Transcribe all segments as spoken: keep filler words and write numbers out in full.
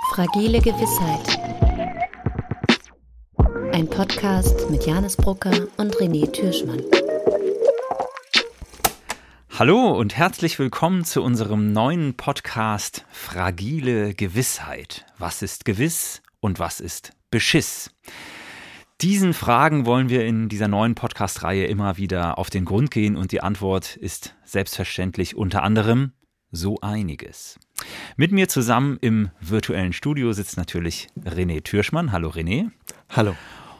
Fragile Gewissheit. Ein Podcast mit Janis Brucker und René Türschmann. Hallo und herzlich willkommen zu unserem neuen Podcast Fragile Gewissheit. Was ist gewiss und was ist Beschiss? Diesen Fragen wollen wir in dieser neuen Podcast-Reihe immer wieder auf den Grund gehen und die Antwort ist selbstverständlich unter anderem so einiges. Mit mir zusammen im virtuellen Studio sitzt natürlich René Türschmann. Hallo René. Hallo.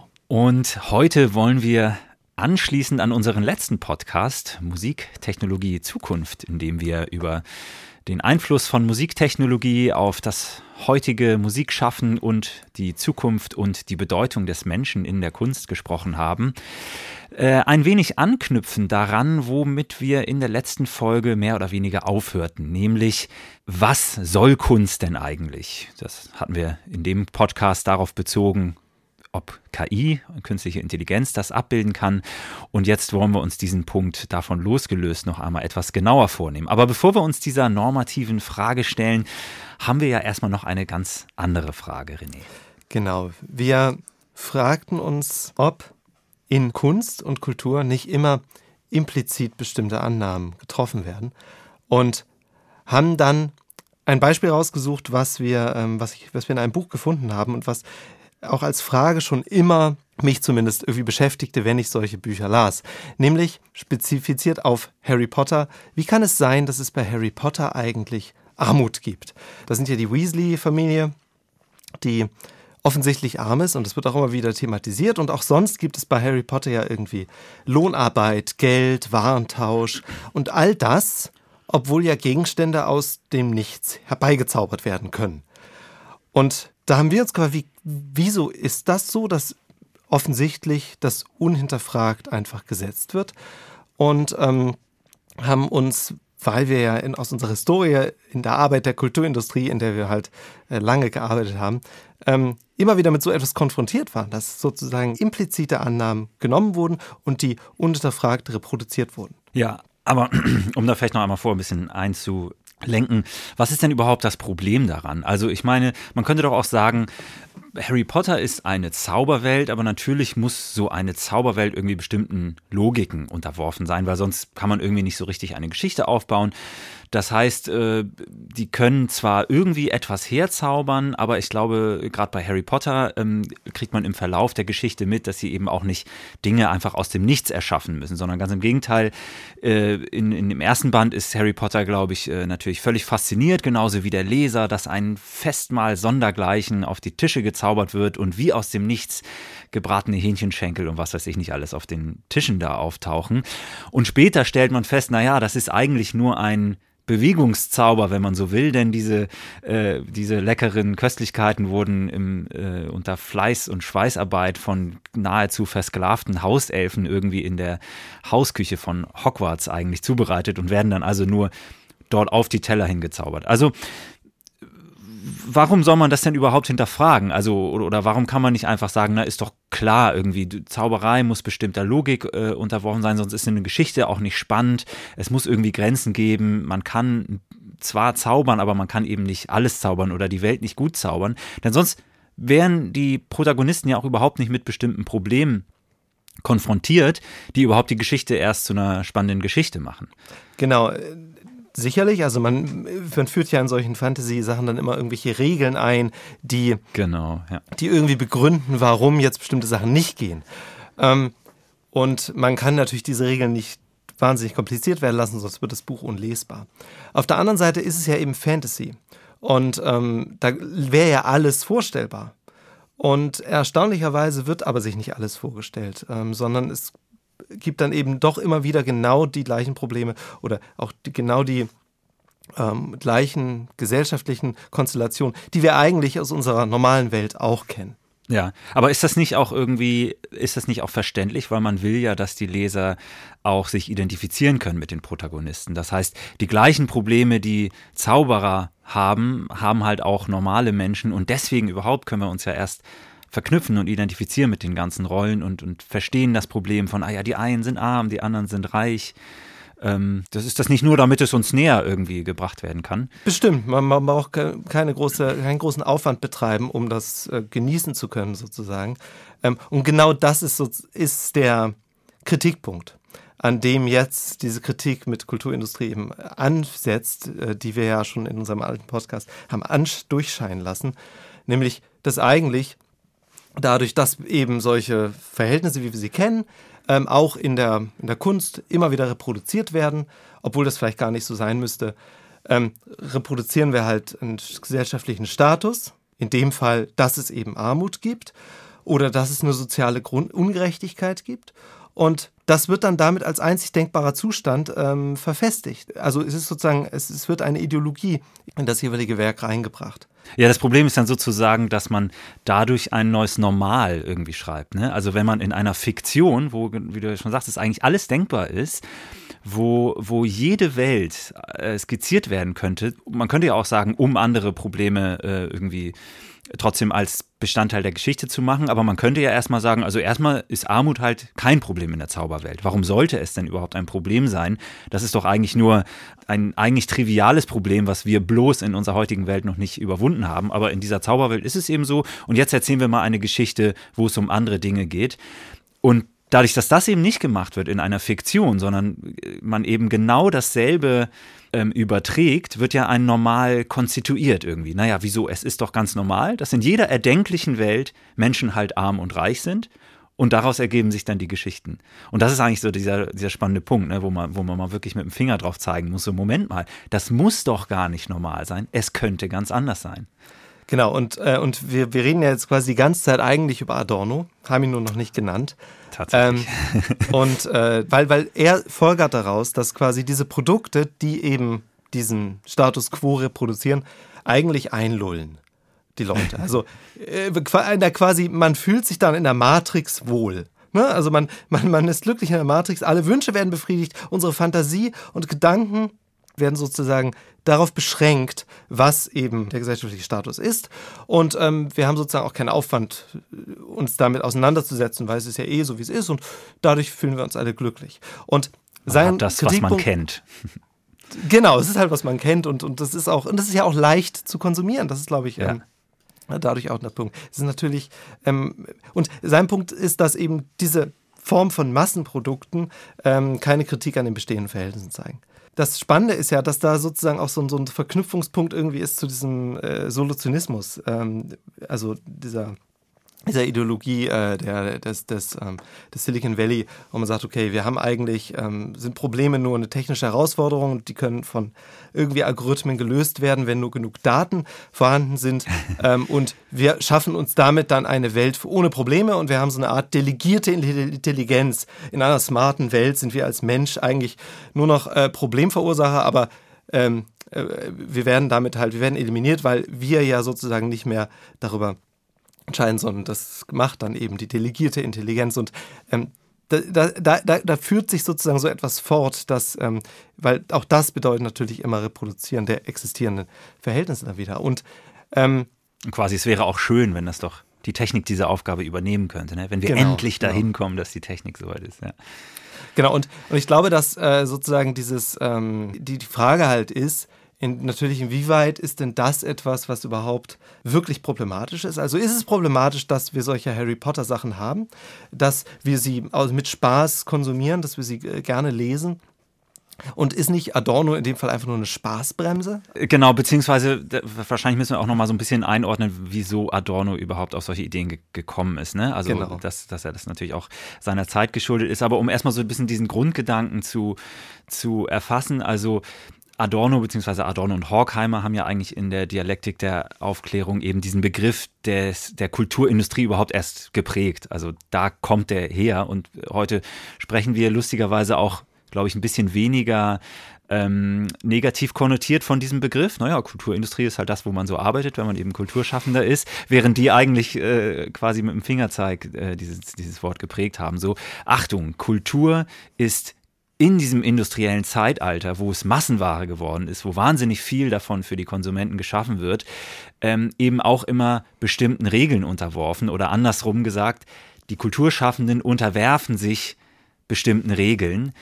Und heute wollen wir anschließend an unseren letzten Podcast Musik, Technologie, Zukunft, in dem wir über den Einfluss von Musiktechnologie auf das heutige Musikschaffen und die Zukunft und die Bedeutung des Menschen in der Kunst gesprochen haben, äh, ein wenig anknüpfen daran, womit wir in der letzten Folge mehr oder weniger aufhörten, nämlich was soll Kunst denn eigentlich? Das hatten wir in dem Podcast darauf bezogen, ob K I, künstliche Intelligenz, das abbilden kann. Und jetzt wollen wir uns diesen Punkt davon losgelöst noch einmal etwas genauer vornehmen. Aber bevor wir uns dieser normativen Frage stellen, haben wir ja erstmal noch eine ganz andere Frage, René. Genau. Wir fragten uns, ob in Kunst und Kultur nicht immer implizit bestimmte Annahmen getroffen werden und haben dann ein Beispiel rausgesucht, was wir, ähm, was, ich, was wir in einem Buch gefunden haben und was auch als Frage schon immer mich zumindest irgendwie beschäftigte, wenn ich solche Bücher las. Nämlich spezifiziert auf Harry Potter. Wie kann es sein, dass es bei Harry Potter eigentlich Armut gibt? Das sind ja die Weasley-Familie, die offensichtlich arm ist und das wird auch immer wieder thematisiert. Und auch sonst gibt es bei Harry Potter ja irgendwie Lohnarbeit, Geld, Warentausch und all das, obwohl ja Gegenstände aus dem Nichts herbeigezaubert werden können. Und da haben wir uns gefragt, wie, wieso ist das so, dass offensichtlich das unhinterfragt einfach gesetzt wird? Und ähm, haben uns, weil wir ja in, aus unserer Historie in der Arbeit der Kulturindustrie, in der wir halt äh, lange gearbeitet haben, ähm, immer wieder mit so etwas konfrontiert waren, dass sozusagen implizite Annahmen genommen wurden und die unhinterfragt reproduziert wurden. Ja, aber um da vielleicht noch einmal vor ein bisschen einzu lenken. Was ist denn überhaupt das Problem daran? Also ich meine, man könnte doch auch sagen, Harry Potter ist eine Zauberwelt, aber natürlich muss so eine Zauberwelt irgendwie bestimmten Logiken unterworfen sein, weil sonst kann man irgendwie nicht so richtig eine Geschichte aufbauen. Das heißt, äh, die können zwar irgendwie etwas herzaubern, aber ich glaube, gerade bei Harry Potter ähm, kriegt man im Verlauf der Geschichte mit, dass sie eben auch nicht Dinge einfach aus dem Nichts erschaffen müssen, sondern ganz im Gegenteil. Äh, in, in dem ersten Band ist Harry Potter, glaube ich, äh, natürlich völlig fasziniert, genauso wie der Leser, dass ein Festmahl sondergleichen auf die Tische gezaubert wird und wie aus dem Nichts gebratene Hähnchenschenkel und was weiß ich nicht alles auf den Tischen da auftauchen. Und später stellt man fest, naja, das ist eigentlich nur ein Bewegungszauber, wenn man so will, denn diese, äh, diese leckeren Köstlichkeiten wurden im, äh, unter Fleiß und Schweißarbeit von nahezu versklavten Hauselfen irgendwie in der Hausküche von Hogwarts eigentlich zubereitet und werden dann also nur dort auf die Teller hingezaubert. Also warum soll man das denn überhaupt hinterfragen? Also, oder, oder warum kann man nicht einfach sagen, na, ist doch klar, irgendwie, Zauberei muss bestimmter Logik äh, unterworfen sein, sonst ist eine Geschichte auch nicht spannend. Es muss irgendwie Grenzen geben. Man kann zwar zaubern, aber man kann eben nicht alles zaubern oder die Welt nicht gut zaubern. Denn sonst wären die Protagonisten ja auch überhaupt nicht mit bestimmten Problemen konfrontiert, die überhaupt die Geschichte erst zu einer spannenden Geschichte machen. Genau. Sicherlich, also man, man führt ja in solchen Fantasy-Sachen dann immer irgendwelche Regeln ein, die, genau, ja. die irgendwie begründen, warum jetzt bestimmte Sachen nicht gehen. Ähm, und man kann natürlich diese Regeln nicht wahnsinnig kompliziert werden lassen, sonst wird das Buch unlesbar. Auf der anderen Seite ist es ja eben Fantasy und ähm, da wäre ja alles vorstellbar. Und erstaunlicherweise wird aber sich nicht alles vorgestellt, ähm, sondern es gibt dann eben doch immer wieder genau die gleichen Probleme oder auch die, genau die ähm, gleichen gesellschaftlichen Konstellationen, die wir eigentlich aus unserer normalen Welt auch kennen. Ja, aber ist das nicht auch irgendwie, ist das nicht auch verständlich, weil man will ja, dass die Leser auch sich identifizieren können mit den Protagonisten. Das heißt, die gleichen Probleme, die Zauberer haben, haben halt auch normale Menschen und deswegen überhaupt können wir uns ja erst verknüpfen und identifizieren mit den ganzen Rollen und, und verstehen das Problem von, ah ja, die einen sind arm, die anderen sind reich. Ähm, das ist das nicht nur, damit es uns näher irgendwie gebracht werden kann. Bestimmt, man, man braucht keine große, keinen großen Aufwand betreiben, um das äh, genießen zu können sozusagen. Ähm, und genau das ist, so, ist der Kritikpunkt, an dem jetzt diese Kritik mit Kulturindustrie eben ansetzt, äh, die wir ja schon in unserem alten Podcast haben ansch- durchscheinen lassen, nämlich, dass eigentlich dadurch, dass eben solche Verhältnisse, wie wir sie kennen, ähm, auch in der, in der Kunst immer wieder reproduziert werden, obwohl das vielleicht gar nicht so sein müsste, ähm, reproduzieren wir halt einen gesellschaftlichen Status, in dem Fall, dass es eben Armut gibt oder dass es eine soziale Grund- Ungerechtigkeit gibt. Und das wird dann damit als einzig denkbarer Zustand ähm, verfestigt. Also es ist sozusagen, es, es wird eine Ideologie in das jeweilige Werk reingebracht. Ja, das Problem ist dann sozusagen, dass man dadurch ein neues Normal irgendwie schreibt. Ne? Also wenn man in einer Fiktion, wo, wie du schon sagst, es eigentlich alles denkbar ist, wo, wo jede Welt äh, skizziert werden könnte, man könnte ja auch sagen, um andere Probleme äh, irgendwie trotzdem als Bestandteil der Geschichte zu machen, aber man könnte ja erstmal sagen, also erstmal ist Armut halt kein Problem in der Zauberwelt. Warum sollte es denn überhaupt ein Problem sein? Das ist doch eigentlich nur ein eigentlich triviales Problem, was wir bloß in unserer heutigen Welt noch nicht überwunden haben, aber in dieser Zauberwelt ist es eben so und jetzt erzählen wir mal eine Geschichte, wo es um andere Dinge geht und dadurch, dass das eben nicht gemacht wird in einer Fiktion, sondern man eben genau dasselbe ähm, überträgt, wird ja ein Normal konstituiert irgendwie. Naja, wieso? Es ist doch ganz normal, dass in jeder erdenklichen Welt Menschen halt arm und reich sind und daraus ergeben sich dann die Geschichten. Und das ist eigentlich so dieser, dieser spannende Punkt, ne, wo man, wo man mal wirklich mit dem Finger drauf zeigen muss, so Moment mal, das muss doch gar nicht normal sein, es könnte ganz anders sein. Genau, und, äh, und wir, wir reden ja jetzt quasi die ganze Zeit eigentlich über Adorno, haben ihn nur noch nicht genannt. Tatsächlich. Ähm, und äh, weil, weil er folgert daraus, dass quasi diese Produkte, die eben diesen Status quo reproduzieren, eigentlich einlullen, die Leute. Also äh, quasi, man fühlt sich dann in der Matrix wohl. Ne? Also man, man, man ist glücklich in der Matrix, alle Wünsche werden befriedigt, unsere Fantasie und Gedanken werden sozusagen darauf beschränkt, was eben der gesellschaftliche Status ist. Und ähm, wir haben sozusagen auch keinen Aufwand, uns damit auseinanderzusetzen, weil es ist ja eh so, wie es ist. Und dadurch fühlen wir uns alle glücklich. Und man sein hat das, was man kennt. Genau, es ist halt, was man kennt. Und, und, das ist auch, und das ist ja auch leicht zu konsumieren. Das ist, glaube ich, ja. ähm, dadurch auch der Punkt. Es ist natürlich, ähm, und sein Punkt ist, dass eben diese Form von Massenprodukten ähm, keine Kritik an den bestehenden Verhältnissen zeigen. Das Spannende ist ja, dass da sozusagen auch so ein, so ein Verknüpfungspunkt irgendwie ist zu diesem äh, Solutionismus, ähm, also dieser, dieser Ideologie äh, der, des, des, ähm, des Silicon Valley, wo man sagt, okay, wir haben eigentlich, ähm, sind Probleme nur eine technische Herausforderung und die können von irgendwie Algorithmen gelöst werden, wenn nur genug Daten vorhanden sind ähm, und wir schaffen uns damit dann eine Welt ohne Probleme und wir haben so eine Art delegierte Intelligenz. In einer smarten Welt sind wir als Mensch eigentlich nur noch äh, Problemverursacher, aber ähm, äh, wir werden damit halt, wir werden eliminiert, weil wir ja sozusagen nicht mehr darüber entscheiden, sondern das macht dann eben die delegierte Intelligenz und ähm, da, da, da, da führt sich sozusagen so etwas fort, dass, ähm, weil auch das bedeutet natürlich immer Reproduzieren der existierenden Verhältnisse dann wieder. Und ähm, quasi, es wäre auch schön, wenn das doch die Technik diese Aufgabe übernehmen könnte, ne? Wenn wir genau, endlich dahin genau. kommen, dass die Technik soweit ist. Ja. Genau, und, und ich glaube, dass äh, sozusagen dieses, ähm, die, die Frage halt ist, In, natürlich, inwieweit ist denn das etwas, was überhaupt wirklich problematisch ist? Also ist es problematisch, dass wir solche Harry Potter Sachen haben, dass wir sie mit Spaß konsumieren, dass wir sie gerne lesen? Und ist nicht Adorno in dem Fall einfach nur eine Spaßbremse? Genau, beziehungsweise wahrscheinlich müssen wir auch noch mal so ein bisschen einordnen, wieso Adorno überhaupt auf solche Ideen ge- gekommen ist. Ne? Also, genau. dass, dass er das natürlich auch seiner Zeit geschuldet ist. Aber um erstmal so ein bisschen diesen Grundgedanken zu, zu erfassen, also Adorno bzw. Adorno und Horkheimer haben ja eigentlich in der Dialektik der Aufklärung eben diesen Begriff des, der Kulturindustrie überhaupt erst geprägt. Also da kommt der her und heute sprechen wir lustigerweise auch, glaube ich, ein bisschen weniger ähm, negativ konnotiert von diesem Begriff. Naja, Kulturindustrie ist halt das, wo man so arbeitet, wenn man eben Kulturschaffender ist, während die eigentlich äh, quasi mit dem Fingerzeig äh, dieses, dieses Wort geprägt haben. So, Achtung, Kultur ist in diesem industriellen Zeitalter, wo es Massenware geworden ist, wo wahnsinnig viel davon für die Konsumenten geschaffen wird, ähm, eben auch immer bestimmten Regeln unterworfen oder andersrum gesagt, die Kulturschaffenden unterwerfen sich bestimmten Regeln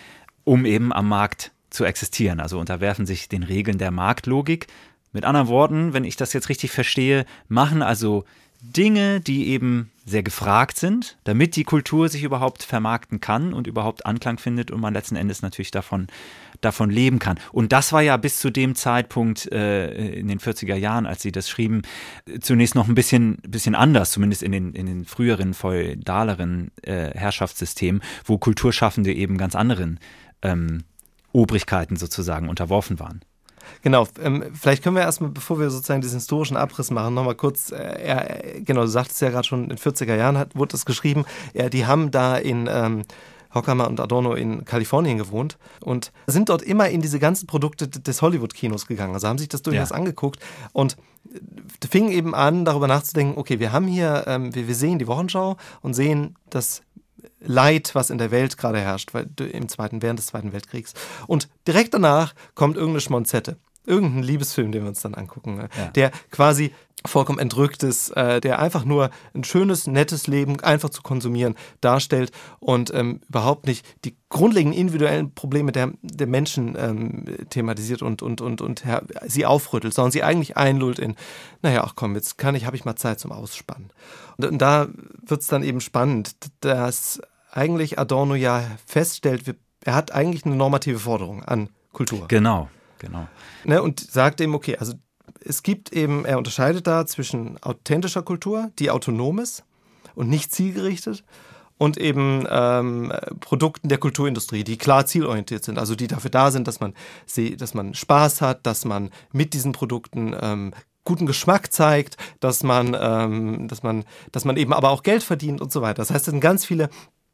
um eben am Markt zu existieren. Also unterwerfen sich den Regeln der Marktlogik. Mit anderen Worten, wenn ich das jetzt richtig verstehe, machen also Dinge, die eben sehr gefragt sind, damit die Kultur sich überhaupt vermarkten kann und überhaupt Anklang findet und man letzten Endes natürlich davon, davon leben kann. Und das war ja bis zu dem Zeitpunkt äh, in den vierziger Jahren, als Sie das schrieben, zunächst noch ein bisschen, bisschen anders, zumindest in den, in den früheren, feudaleren äh, Herrschaftssystemen, wo Kulturschaffende eben ganz anderen ähm, Obrigkeiten sozusagen unterworfen waren. Genau, ähm, vielleicht können wir erstmal, bevor wir sozusagen diesen historischen Abriss machen, nochmal kurz, äh, er, genau, du sagtest ja gerade schon, in den vierziger Jahren hat, wurde das geschrieben, ja, die haben da in ähm, Horkheimer und Adorno in Kalifornien gewohnt und sind dort immer in diese ganzen Produkte des Hollywood-Kinos gegangen, also haben sich das durchaus ja. angeguckt und fingen eben an, darüber nachzudenken, okay, wir haben hier, ähm, wir, wir sehen die Wochenschau und sehen das Leid, was in der Welt gerade herrscht, weil im Zweiten, während des Zweiten Weltkriegs. Und direkt danach kommt irgendeine Schmonzette, irgendein Liebesfilm, den wir uns dann angucken, ne? ja. der quasi vollkommen entrückt ist, äh, der einfach nur ein schönes, nettes Leben einfach zu konsumieren darstellt und ähm, überhaupt nicht die grundlegenden individuellen Probleme der, der Menschen ähm, thematisiert und, und, und, und her, sie aufrüttelt, sondern sie eigentlich einlullt in, naja, ach komm, jetzt kann ich, habe ich mal Zeit zum Ausspannen. Und, und da wird es dann eben spannend, dass eigentlich Adorno ja feststellt, er hat eigentlich eine normative Forderung an Kultur. Genau, genau. Ne, und sagt eben, okay, also es gibt eben, er unterscheidet da zwischen authentischer Kultur, die autonom ist und nicht zielgerichtet, und eben ähm, Produkten der Kulturindustrie, die klar zielorientiert sind, also die dafür da sind, dass man, sie, dass man Spaß hat, dass man mit diesen Produkten ähm, guten Geschmack zeigt, dass man, ähm, dass man, dass man eben aber auch Geld verdient und so weiter. Das heißt, es sind ganz viele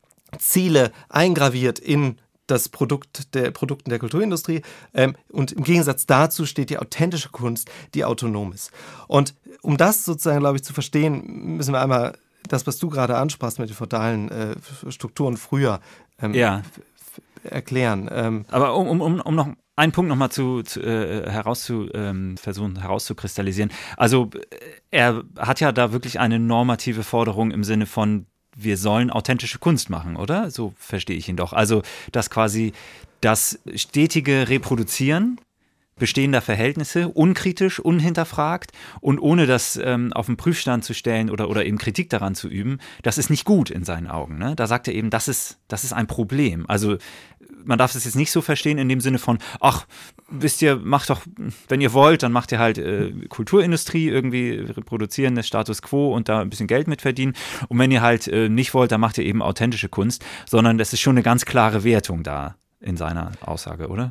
Ziele eingraviert in das Produkt der Produkten der Kulturindustrie. Ähm, und im Gegensatz dazu steht die authentische Kunst, die autonom ist. Und um das sozusagen, glaube ich, zu verstehen, müssen wir einmal das, was du gerade ansprachst mit den feudalen äh, Strukturen früher ähm, ja. f- f- erklären. Ähm, Aber um, um, um noch einen Punkt nochmal zu, zu, äh, herauszu, ähm, versuchen herauszukristallisieren. Also er hat ja da wirklich eine normative Forderung im Sinne von, wir sollen authentische Kunst machen, oder? So verstehe ich ihn doch. Also, dass quasi das stetige Reproduzieren bestehender Verhältnisse, unkritisch, unhinterfragt und ohne das ähm, auf den Prüfstand zu stellen oder, oder eben Kritik daran zu üben, das ist nicht gut in seinen Augen. Ne? Da sagt er eben, das ist, das ist ein Problem. Also man darf das jetzt nicht so verstehen in dem Sinne von, ach, wisst ihr, macht doch, wenn ihr wollt, dann macht ihr halt äh, Kulturindustrie, irgendwie reproduzieren, das Status Quo und da ein bisschen Geld mit verdienen. Und wenn ihr halt äh, nicht wollt, dann macht ihr eben authentische Kunst, sondern das ist schon eine ganz klare Wertung da in seiner Aussage, oder?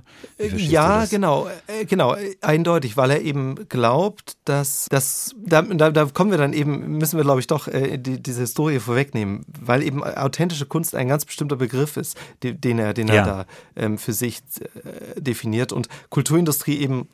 Ja, genau, äh, genau, eindeutig, weil er eben glaubt, dass das, da, da, da kommen wir dann eben, müssen wir glaube ich doch äh, die, diese Historie vorwegnehmen, weil eben authentische Kunst ein ganz bestimmter Begriff ist, den, den er, den er ja. da ähm, für sich äh, definiert und Kulturindustrie eben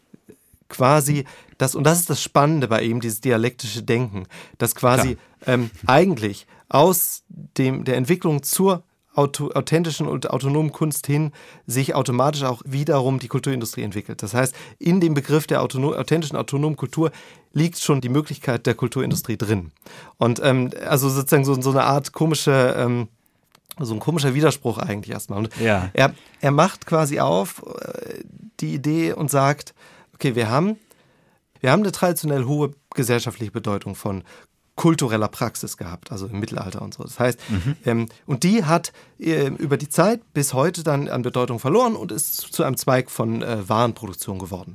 quasi das, und das ist das Spannende bei ihm, dieses dialektische Denken, dass quasi ähm, eigentlich aus dem, der Entwicklung zur Auto, authentischen und autonomen Kunst hin sich automatisch auch wiederum die Kulturindustrie entwickelt. Das heißt, in dem Begriff der autonom, authentischen autonomen Kultur liegt schon die Möglichkeit der Kulturindustrie drin. Und ähm, also sozusagen so, so eine Art komische, ähm, so ein komischer Widerspruch eigentlich erstmal. Und ja. er, er macht quasi auf äh, die Idee und sagt, okay, wir haben, wir haben eine traditionell hohe gesellschaftliche Bedeutung von kultureller Praxis gehabt, also im Mittelalter und so. Das heißt, mhm. ähm, und die hat äh, über die Zeit bis heute dann an Bedeutung verloren und ist zu einem Zweig von äh, Warenproduktion geworden.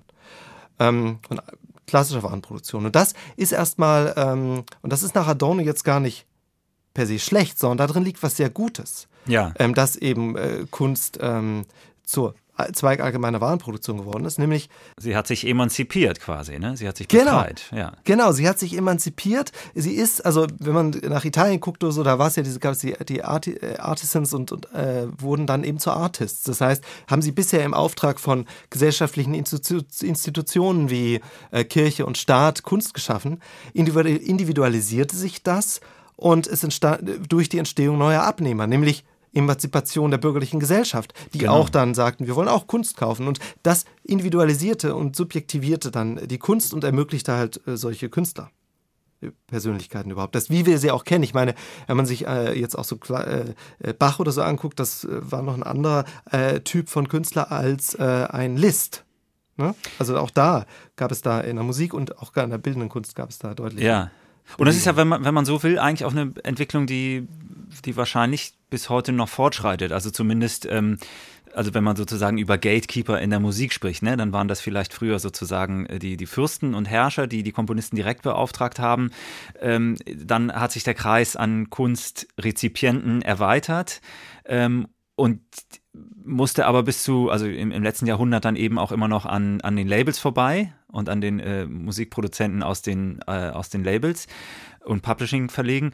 Ähm, von klassischer Warenproduktion. Und das ist erstmal, ähm, und das ist nach Adorno jetzt gar nicht per se schlecht, sondern darin liegt was sehr Gutes. Ja. Ähm, dass eben äh, Kunst ähm, zur Zweig allgemeiner Warenproduktion geworden ist, nämlich... Sie hat sich emanzipiert quasi, ne? Sie hat sich genau, befreit. Ja. Genau, sie hat sich emanzipiert. Sie ist, also wenn man nach Italien guckt oder so, da war es ja diese, gab es die, die Arti- Artisans und, und äh, wurden dann eben zu Artists. Das heißt, haben sie bisher im Auftrag von gesellschaftlichen Institu- Institutionen wie äh, Kirche und Staat Kunst geschaffen, individualisierte sich das und es entstand durch die Entstehung neuer Abnehmer, nämlich Emanzipation der bürgerlichen Gesellschaft, die genau. auch dann sagten, wir wollen auch Kunst kaufen. Und das individualisierte und subjektivierte dann die Kunst und ermöglichte halt äh, solche Künstler. Persönlichkeiten überhaupt. Das, wie wir sie auch kennen. Ich meine, wenn man sich äh, jetzt auch so äh, Bach oder so anguckt, das äh, war noch ein anderer äh, Typ von Künstler als äh, ein Liszt. Ne? Also auch da gab es da in der Musik und auch in der bildenden Kunst gab es da deutlich. Ja. Und das ist ja, wenn man, wenn man so will, eigentlich auch eine Entwicklung, die, die wahrscheinlich bis heute noch fortschreitet. Also zumindest, ähm, also wenn man sozusagen über Gatekeeper in der Musik spricht, ne, dann waren das vielleicht früher sozusagen die, die Fürsten und Herrscher, die die Komponisten direkt beauftragt haben. Ähm, dann hat sich der Kreis an Kunstrezipienten erweitert ähm, und musste aber bis zu, also im, im letzten Jahrhundert dann eben auch immer noch an, an den Labels vorbei und an den äh, Musikproduzenten aus den, äh, aus den Labels und Publishing-Verlegen.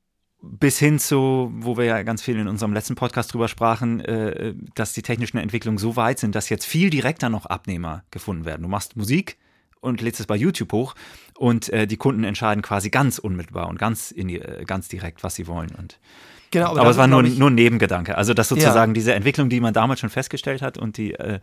Bis hin zu, wo wir ja ganz viel in unserem letzten Podcast drüber sprachen, äh, dass die technischen Entwicklungen so weit sind, dass jetzt viel direkter noch Abnehmer gefunden werden. Du machst Musik und lädst es bei YouTube hoch und äh, die Kunden entscheiden quasi ganz unmittelbar und ganz, in die, äh, ganz direkt, was sie wollen. Und Genau, aber aber es war nur, ich, nur ein Nebengedanke. Also, dass sozusagen ja. diese Entwicklung, die man damals schon festgestellt hat und die, äh,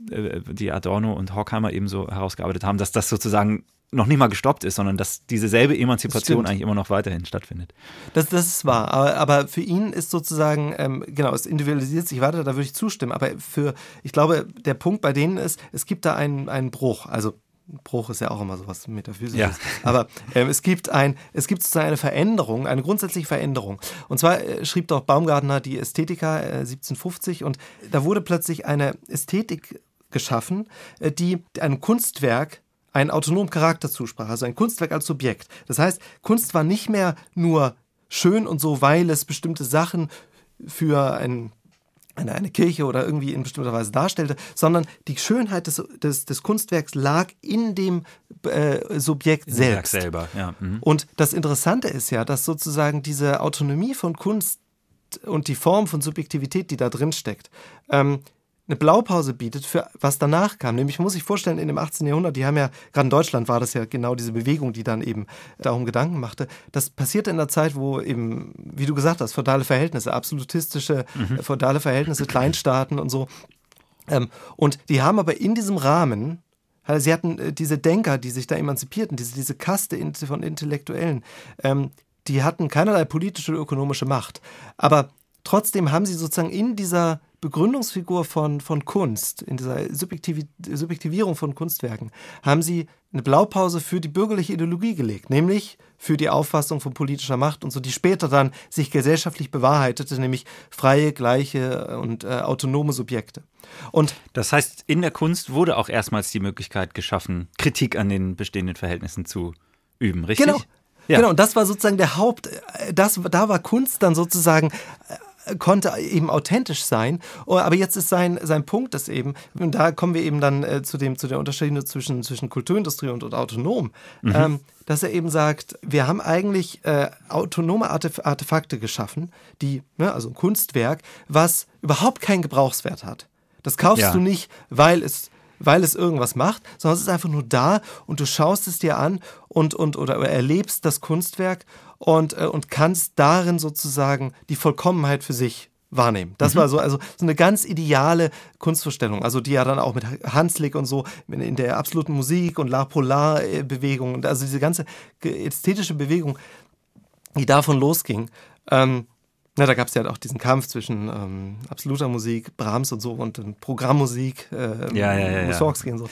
die Adorno und Horkheimer eben so herausgearbeitet haben, dass das sozusagen noch nicht mal gestoppt ist, sondern dass dieselbe Emanzipation eigentlich immer noch weiterhin stattfindet. Das, das ist wahr. Aber, aber für ihn ist sozusagen, ähm, genau, es individualisiert sich weiter, da würde ich zustimmen. Aber für, ich glaube, der Punkt bei denen ist, es gibt da einen, einen Bruch. Also, Bruch ist ja auch immer sowas Metaphysisches. Ja. Aber ähm, es gibt ein, es gibt sozusagen eine Veränderung, eine grundsätzliche Veränderung. Und zwar äh, schrieb doch Baumgartner die Ästhetica äh, siebzehnhundertfünfzig und da wurde plötzlich eine Ästhetik geschaffen, äh, die einem Kunstwerk einen autonomen Charakter zusprach, also ein Kunstwerk als Subjekt. Das heißt, Kunst war nicht mehr nur schön und so, weil es bestimmte Sachen für ein Eine, eine Kirche oder irgendwie in bestimmter Weise darstellte, sondern die Schönheit des, des, des Kunstwerks lag in dem äh, Subjekt in selbst. Werk selber, ja. Mhm. Und das Interessante ist ja, dass sozusagen diese Autonomie von Kunst und die Form von Subjektivität, die da drin steckt, ähm, eine Blaupause bietet für was danach kam. Nämlich, man muss sich vorstellen, in dem achtzehnten Jahrhundert, die haben ja, gerade in Deutschland war das ja genau diese Bewegung, die dann eben darum Gedanken machte. Das passierte in der Zeit, wo eben, wie du gesagt hast, feudale Verhältnisse, absolutistische mhm. feudale Verhältnisse, Kleinstaaten und so. Ähm, und die haben aber in diesem Rahmen, also sie hatten äh, diese Denker, die sich da emanzipierten, diese, diese Kaste in, von Intellektuellen, ähm, die hatten keinerlei politische oder ökonomische Macht. Aber trotzdem haben sie sozusagen in dieser Begründungsfigur von, von Kunst, in dieser Subjektiv- Subjektivierung von Kunstwerken, haben sie eine Blaupause für die bürgerliche Ideologie gelegt, nämlich für die Auffassung von politischer Macht und so, die später dann sich gesellschaftlich bewahrheitete, nämlich freie, gleiche und äh, autonome Subjekte. Und das heißt, in der Kunst wurde auch erstmals die Möglichkeit geschaffen, Kritik an den bestehenden Verhältnissen zu üben, richtig? Genau. Ja. Genau, und das war sozusagen der Haupt, das, da war Kunst dann sozusagen, konnte eben authentisch sein, aber jetzt ist sein, sein Punkt ist eben, und da kommen wir eben dann äh, zu, dem, zu der Unterscheidung zwischen, zwischen Kulturindustrie und, und autonom, mhm. ähm, dass er eben sagt, wir haben eigentlich äh, autonome Artef- Artefakte geschaffen, die, ne, also ein Kunstwerk, was überhaupt keinen Gebrauchswert hat. Das kaufst ja. du nicht, weil es weil es irgendwas macht, sondern es ist einfach nur da und du schaust es dir an und, und oder erlebst das Kunstwerk und, äh, und kannst darin sozusagen die Vollkommenheit für sich wahrnehmen. Das mhm. war so, also so eine ganz ideale Kunstvorstellung, also die ja dann auch mit Hanslick und so in der absoluten Musik und La Polar-Bewegung, also diese ganze ästhetische Bewegung, die davon losging. Ähm, Na, da gab es ja auch diesen Kampf zwischen ähm, absoluter Musik, Brahms und so und ähm, Programmmusik, ähm, ja, ja, ja, Mussorgsky und so.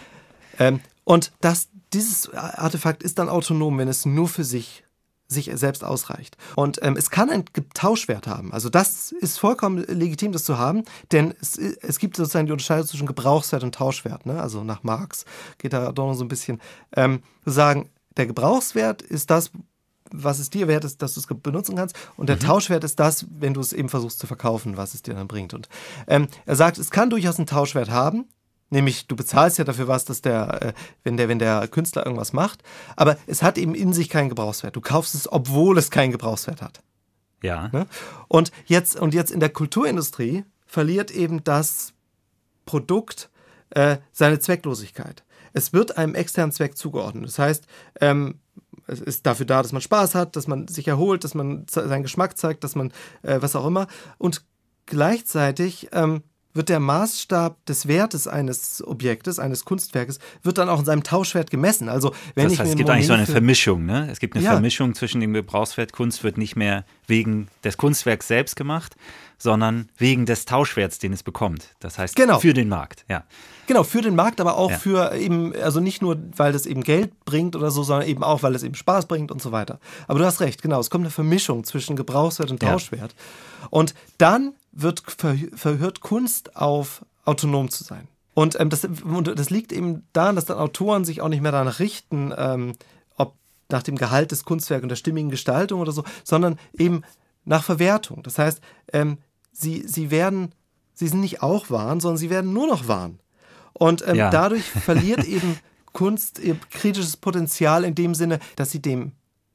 Ähm, und das, dieses Artefakt ist dann autonom, wenn es nur für sich, sich selbst ausreicht. Und ähm, es kann einen Tauschwert haben. Also das ist vollkommen legitim, das zu haben, denn es, es gibt sozusagen die Unterscheidung zwischen Gebrauchswert und Tauschwert. Ne? Also nach Marx geht da Adorno so ein bisschen ähm, sagen, der Gebrauchswert ist das, was es dir wert ist, dass du es benutzen kannst. Und der mhm. Tauschwert ist das, wenn du es eben versuchst zu verkaufen, was es dir dann bringt. Und ähm, er sagt, es kann durchaus einen Tauschwert haben, nämlich du bezahlst ja dafür was, dass der, äh, wenn der, wenn der Künstler irgendwas macht, aber es hat eben in sich keinen Gebrauchswert. Du kaufst es, obwohl es keinen Gebrauchswert hat. Ja. Ne? Und jetzt, und jetzt in der Kulturindustrie verliert eben das Produkt äh, seine Zwecklosigkeit. Es wird einem externen Zweck zugeordnet. Das heißt, ähm, es ist dafür da, dass man Spaß hat, dass man sich erholt, dass man seinen Geschmack zeigt, dass man äh, was auch immer. Und gleichzeitig ähm, wird der Maßstab des Wertes eines Objektes, eines Kunstwerkes, wird dann auch in seinem Tauschwert gemessen. Also wenn das ich heißt, mir es gibt Monet eigentlich so eine für- Vermischung, ne? Es gibt eine Ja. Vermischung zwischen dem Gebrauchswert. Kunst wird nicht mehr wegen des Kunstwerks selbst gemacht, sondern wegen des Tauschwerts, den es bekommt. Das heißt, Genau. für den Markt, ja. Genau, für den Markt, aber auch Ja. für eben, also nicht nur, weil das eben Geld bringt oder so, sondern eben auch, weil es eben Spaß bringt und so weiter. Aber du hast recht, genau, es kommt eine Vermischung zwischen Gebrauchswert und Ja. Tauschwert. Und dann wird ver verhört Kunst auf, autonom zu sein. Und, ähm, das, und das liegt eben daran, dass dann Autoren sich auch nicht mehr danach richten, ähm, ob nach dem Gehalt des Kunstwerks und der stimmigen Gestaltung oder so, sondern eben nach Verwertung. Das heißt, ähm, sie, sie werden, sie sind nicht auch Waren, sondern sie werden nur noch Waren. Und ähm, Ja. dadurch verliert eben Kunst ihr kritisches Potenzial in dem Sinne, dass sie dem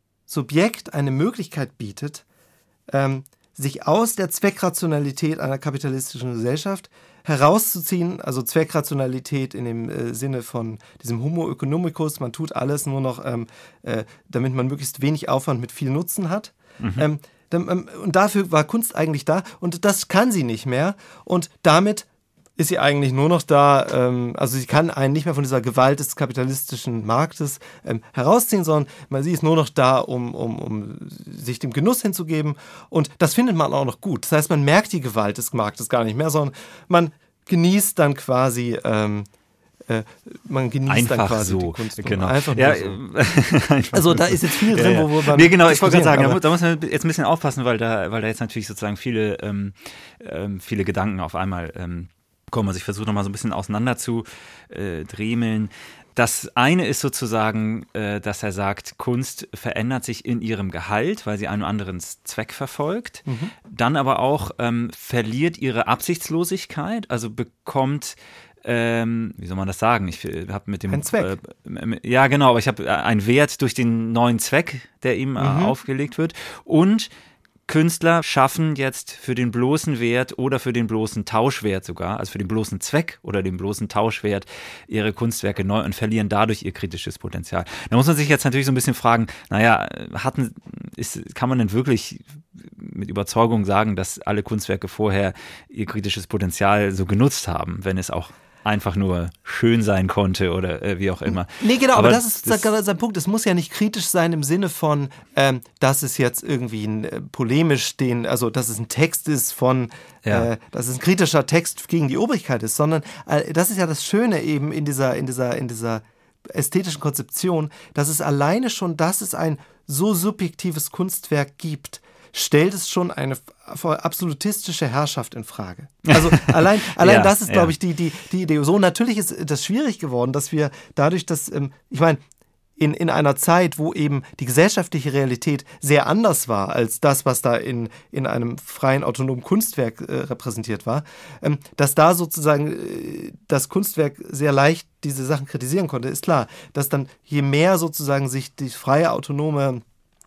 Subjekt eine Möglichkeit bietet, ähm, sich aus der Zweckrationalität einer kapitalistischen Gesellschaft herauszuziehen, also Zweckrationalität in dem äh, Sinne von diesem Homo economicus, man tut alles nur noch, ähm, äh, damit man möglichst wenig Aufwand mit viel Nutzen hat. Mhm. Ähm, dann, ähm, und dafür war Kunst eigentlich da und das kann sie nicht mehr und damit ist sie eigentlich nur noch da, ähm, also sie kann einen nicht mehr von dieser Gewalt des kapitalistischen Marktes ähm, herausziehen, sondern man, sie ist nur noch da, um, um, um sich dem Genuss hinzugeben und das findet man auch noch gut. Das heißt, man merkt die Gewalt des Marktes gar nicht mehr, sondern man genießt dann quasi, ähm, äh, man genießt Einfach dann quasi so, die Kunst. genau. Einfach Ja, nur so. Also da ist jetzt viel drin, ja, ja. wo, wo man nee, genau, ich wollte gerade diskutieren sagen, da, kann, mu- da muss man jetzt ein bisschen aufpassen, weil da, weil da jetzt natürlich sozusagen viele, ähm, ähm, viele Gedanken auf einmal ähm, kommen. Also ich versuche nochmal so ein bisschen auseinander zu äh, dremeln. Das eine ist sozusagen, äh, dass er sagt, Kunst verändert sich in ihrem Gehalt, weil sie einen anderen Zweck verfolgt. Mhm. Dann aber auch ähm, verliert ihre Absichtslosigkeit, also bekommt Ähm, wie soll man das sagen? Ich äh, habe mit dem Ein Zweck. Äh, ja, genau, aber ich habe einen Wert durch den neuen Zweck, der ihm äh, Mhm. aufgelegt wird. Und Künstler schaffen jetzt für den bloßen Wert oder für den bloßen Tauschwert sogar, also für den bloßen Zweck oder den bloßen Tauschwert ihre Kunstwerke neu und verlieren dadurch ihr kritisches Potenzial. Da muss man sich jetzt natürlich so ein bisschen fragen, naja, hatten, ist, kann man denn wirklich mit Überzeugung sagen, dass alle Kunstwerke vorher ihr kritisches Potenzial so genutzt haben, wenn es auch einfach nur schön sein konnte oder äh, wie auch immer. Nee, genau, aber, aber das ist das, sein Punkt. Es muss ja nicht kritisch sein im Sinne von, ähm, dass es jetzt irgendwie ein, äh, polemisch den, also dass es ein Text ist von, ja. äh, dass es ein kritischer Text gegen die Obrigkeit ist, sondern äh, das ist ja das Schöne eben in dieser, in dieser, in dieser ästhetischen Konzeption, dass es alleine schon, dass es ein so subjektives Kunstwerk gibt, stellt es schon eine absolutistische Herrschaft in Frage. Also allein, allein ja, das ist, ja. glaube ich, die, die, die Idee. So, natürlich ist das schwierig geworden, dass wir dadurch, dass, ähm, ich meine, in, in einer Zeit, wo eben die gesellschaftliche Realität sehr anders war als das, was da in, in einem freien, autonomen Kunstwerk äh, repräsentiert war, ähm, dass da sozusagen äh, das Kunstwerk sehr leicht diese Sachen kritisieren konnte, ist klar, dass dann je mehr sozusagen sich die freie, autonome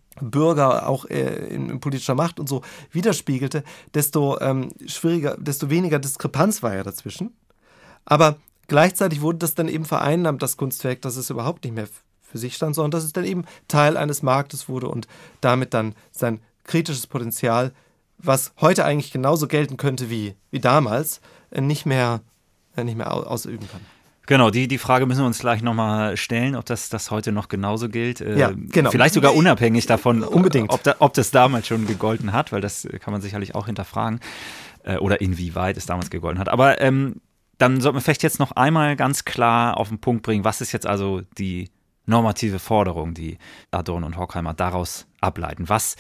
Bürger auch äh, in, in politischer Macht und so widerspiegelte, desto ähm, schwieriger, desto weniger Diskrepanz war ja dazwischen. Aber gleichzeitig wurde das dann eben vereinnahmt, das Kunstwerk, dass es überhaupt nicht mehr f- für sich stand, sondern dass es dann eben Teil eines Marktes wurde und damit dann sein kritisches Potenzial, was heute eigentlich genauso gelten könnte wie, wie damals, äh, nicht mehr, äh, nicht mehr au- ausüben kann. Genau, die, die Frage müssen wir uns gleich nochmal stellen, ob das, das heute noch genauso gilt. Äh, Ja, genau. Vielleicht sogar unabhängig davon, Unbedingt. Ob, da, ob das damals schon gegolten hat, weil das kann man sicherlich auch hinterfragen. Äh, oder inwieweit es damals gegolten hat. Aber ähm, dann sollten wir vielleicht jetzt noch einmal ganz klar auf den Punkt bringen, was ist jetzt also die normative Forderung, die Adorno und Horkheimer daraus ableiten. Was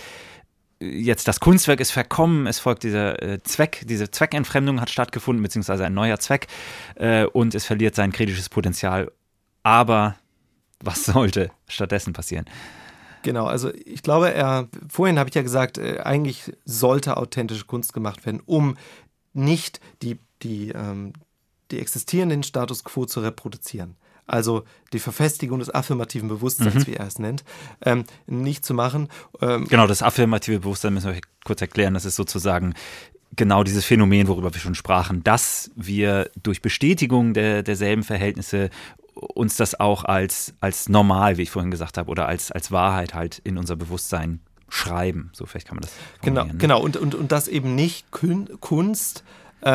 jetzt das Kunstwerk ist verkommen, es folgt dieser äh, Zweck, diese Zweckentfremdung hat stattgefunden, beziehungsweise ein neuer Zweck äh, und es verliert sein kritisches Potenzial. Aber was sollte stattdessen passieren? Genau, also ich glaube, er, vorhin habe ich ja gesagt, äh, eigentlich sollte authentische Kunst gemacht werden, um nicht die, die, ähm, die existierenden Status quo zu reproduzieren. Also die Verfestigung des affirmativen Bewusstseins, Mhm. wie er es nennt, ähm, nicht zu machen. Ähm, Genau, das affirmative Bewusstsein müssen wir kurz erklären. Das ist sozusagen genau dieses Phänomen, worüber wir schon sprachen, dass wir durch Bestätigung der, derselben Verhältnisse uns das auch als, als normal, wie ich vorhin gesagt habe, oder als, als Wahrheit halt in unser Bewusstsein schreiben. So vielleicht kann man das Genau, formulieren, ne? genau. Und, und, und dass eben nicht Kun- Kunst ähm,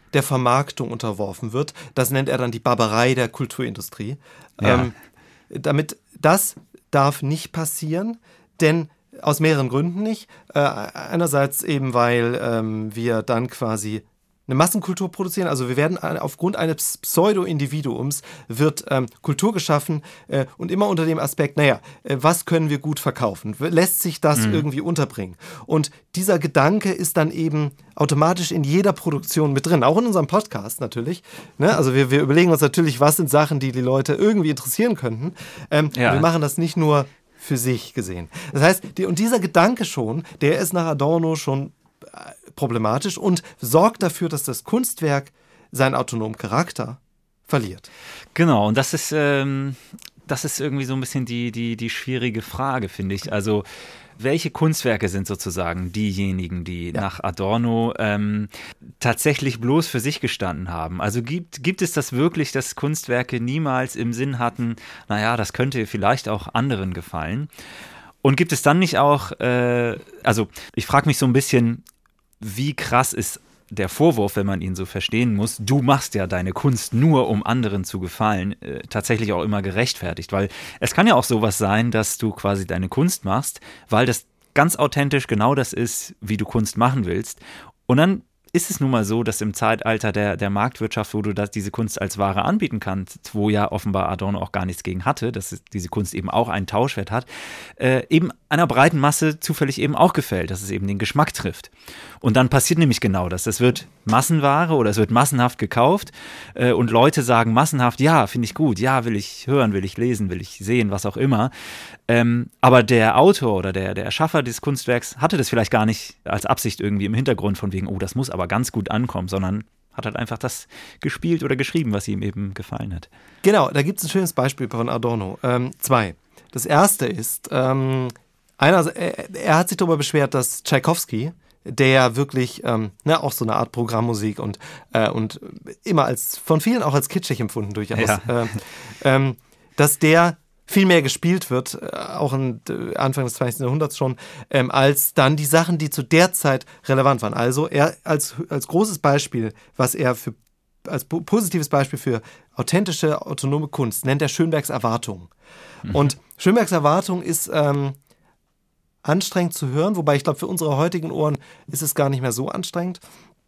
der Vermarktung unterworfen wird. Das nennt er dann die Barbarei der Kulturindustrie. Ja. Ähm, damit das darf nicht passieren, denn aus mehreren Gründen nicht. Äh, einerseits eben, weil ähm, wir dann quasi eine Massenkultur produzieren. Also wir werden aufgrund eines Pseudo-Individuums wird ähm, Kultur geschaffen äh, und immer unter dem Aspekt, naja, äh, was können wir gut verkaufen? Lässt sich das mhm. irgendwie unterbringen? Und dieser Gedanke ist dann eben automatisch in jeder Produktion mit drin, auch in unserem Podcast natürlich. Ne? Also wir, wir überlegen uns natürlich, was sind Sachen, die die Leute irgendwie interessieren könnten. Ähm, ja. Wir machen das nicht nur für sich gesehen. Das heißt, die, und dieser Gedanke schon, der ist nach Adorno schon problematisch und sorgt dafür, dass das Kunstwerk seinen autonomen Charakter verliert. Genau, und das ist, ähm, das ist irgendwie so ein bisschen die, die, die schwierige Frage, finde ich. Also welche Kunstwerke sind sozusagen diejenigen, die ja. nach Adorno ähm, tatsächlich bloß für sich gestanden haben? Also gibt, gibt es das wirklich, dass Kunstwerke niemals im Sinn hatten, naja, das könnte vielleicht auch anderen gefallen? Und gibt es dann nicht auch, äh, also ich frage mich so ein bisschen, wie krass ist der Vorwurf, wenn man ihn so verstehen muss, du machst ja deine Kunst nur, um anderen zu gefallen, äh, tatsächlich auch immer gerechtfertigt. Weil es kann ja auch sowas sein, dass du quasi deine Kunst machst, weil das ganz authentisch genau das ist, wie du Kunst machen willst. Und dann ist es nun mal so, dass im Zeitalter der, der Marktwirtschaft, wo du das, diese Kunst als Ware anbieten kannst, wo ja offenbar Adorno auch gar nichts gegen hatte, dass es, diese Kunst eben auch einen Tauschwert hat, äh, eben einer breiten Masse zufällig eben auch gefällt, dass es eben den Geschmack trifft. Und dann passiert nämlich genau das. Es wird Massenware oder es wird massenhaft gekauft äh, und Leute sagen massenhaft, ja, finde ich gut, ja, will ich hören, will ich lesen, will ich sehen, was auch immer. Ähm, aber der Autor oder der, der Erschaffer des Kunstwerks hatte das vielleicht gar nicht als Absicht irgendwie im Hintergrund von wegen, oh, das muss aber ganz gut ankommen, sondern hat halt einfach das gespielt oder geschrieben, was ihm eben gefallen hat. Genau, da gibt es ein schönes Beispiel von Adorno. Ähm, zwei. Das erste ist, ähm, einer, er, er hat sich darüber beschwert, dass Tschaikowski, der wirklich ähm, ne, auch so eine Art Programmmusik und, äh, und immer als von vielen auch als kitschig empfunden durchaus, ja. äh, ähm, dass der viel mehr gespielt wird, äh, auch in, äh, Anfang des zwanzigsten Jahrhunderts schon, ähm, als dann die Sachen, die zu der Zeit relevant waren. Also er als, als großes Beispiel, was er für als po- positives Beispiel für authentische, autonome Kunst nennt er Schönbergs Erwartung. Mhm. Und Schönbergs Erwartung ist ähm, anstrengend zu hören, wobei ich glaube, für unsere heutigen Ohren ist es gar nicht mehr so anstrengend.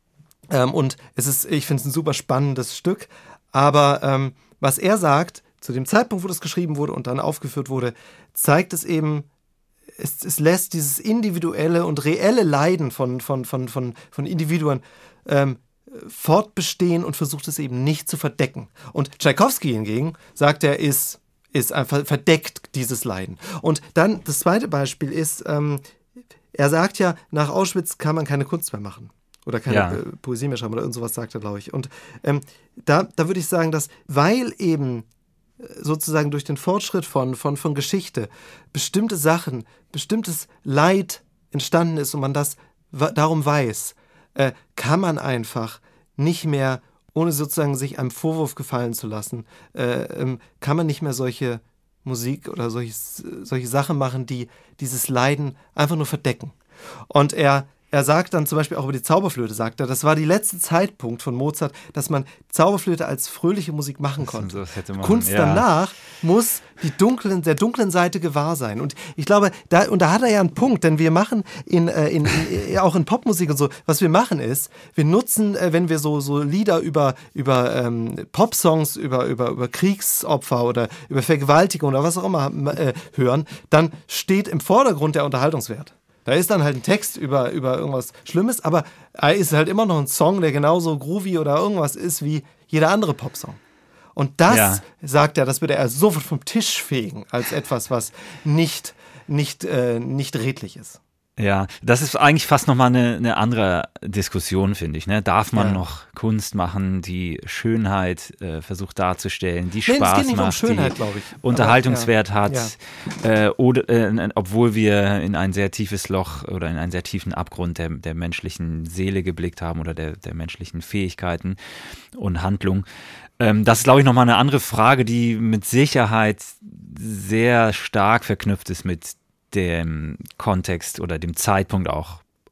Ähm, und es ist, ich finde es ein super spannendes Stück. Aber ähm, was er sagt, zu dem Zeitpunkt, wo das geschrieben wurde und dann aufgeführt wurde, zeigt es eben, es, es lässt dieses individuelle und reelle Leiden von, von, von, von, von Individuen ähm, fortbestehen und versucht es eben nicht zu verdecken. Und Tschaikowski hingegen, sagt er, ist ist einfach verdeckt, dieses Leiden. Und dann das zweite Beispiel ist, ähm, er sagt ja, nach Auschwitz kann man keine Kunst mehr machen. Oder keine ja. äh, Poesie mehr schreiben oder irgend sowas sagt er, glaube ich. Und ähm, da, da würde ich sagen, dass, weil eben sozusagen durch den Fortschritt von, von, von Geschichte bestimmte Sachen, bestimmtes Leid entstanden ist und man das w- darum weiß, äh, kann man einfach nicht mehr, ohne sozusagen sich einem Vorwurf gefallen zu lassen, äh, ähm, kann man nicht mehr solche Musik oder solche, solche Sachen machen, die dieses Leiden einfach nur verdecken. Und er Er sagt dann zum Beispiel auch über die Zauberflöte, sagt er, das war der letzte Zeitpunkt von Mozart, dass man Zauberflöte als fröhliche Musik machen konnte. So man, Kunst ja. danach muss die dunklen, der dunklen Seite gewahr sein. Und ich glaube, da, und da hat er ja einen Punkt, denn wir machen in, äh, in, in, auch in Popmusik und so, was wir machen ist, wir nutzen, äh, wenn wir so, so Lieder über, über ähm, Popsongs, über, über, über Kriegsopfer oder über Vergewaltigung oder was auch immer äh, hören, dann steht im Vordergrund der Unterhaltungswert. Da ist dann halt ein Text über, über irgendwas Schlimmes, aber er ist halt immer noch ein Song, der genauso groovy oder irgendwas ist wie jeder andere Popsong. Und das, ja. sagt er, das würde er sofort vom Tisch fegen, als etwas, was nicht, nicht, äh, nicht redlich ist. Ja, das ist eigentlich fast nochmal eine, eine andere Diskussion, finde ich. Ne? Darf man ja. noch Kunst machen, die Schönheit äh, versucht darzustellen, die nee, Spaß es geht nicht macht, um Schönheit, die ich. Unterhaltungswert Aber, ja. hat, ja. Äh, oder, äh, obwohl wir in ein sehr tiefes Loch oder in einen sehr tiefen Abgrund der, der menschlichen Seele geblickt haben oder der, der menschlichen Fähigkeiten und Handlung. Ähm, das ist, glaube ich, nochmal eine andere Frage, die mit Sicherheit sehr stark verknüpft ist mit dem Kontext oder dem Zeitpunkt auch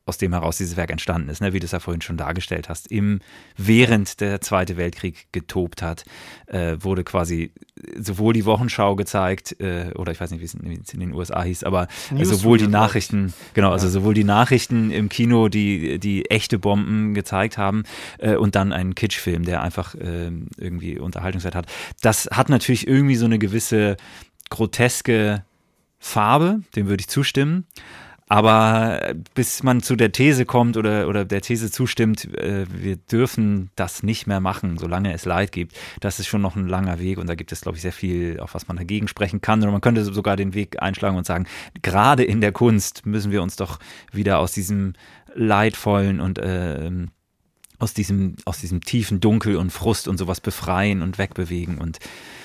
aus dem heraus dieses Werk entstanden ist, ne? Wie du es ja vorhin schon dargestellt hast. Im, während der Zweite Weltkrieg getobt hat, äh, wurde quasi sowohl die Wochenschau gezeigt, äh, oder ich weiß nicht, wie es in, in den U S A hieß, aber äh, sowohl die Nachrichten, genau, also ja. sowohl die Nachrichten im Kino, die, die echte Bomben gezeigt haben, äh, und dann einen Kitschfilm, der einfach äh, irgendwie Unterhaltungswert hat. Das hat natürlich irgendwie so eine gewisse groteske Farbe, dem würde ich zustimmen. Aber bis man zu der These kommt oder, oder der These zustimmt, äh, wir dürfen das nicht mehr machen, solange es Leid gibt, das ist schon noch ein langer Weg und da gibt es, glaube ich, sehr viel, auf was man dagegen sprechen kann. Oder man könnte sogar den Weg einschlagen und sagen, gerade in der Kunst müssen wir uns doch wieder aus diesem leidvollen und äh, aus diesem, aus diesem tiefen Dunkel und Frust und sowas befreien und wegbewegen und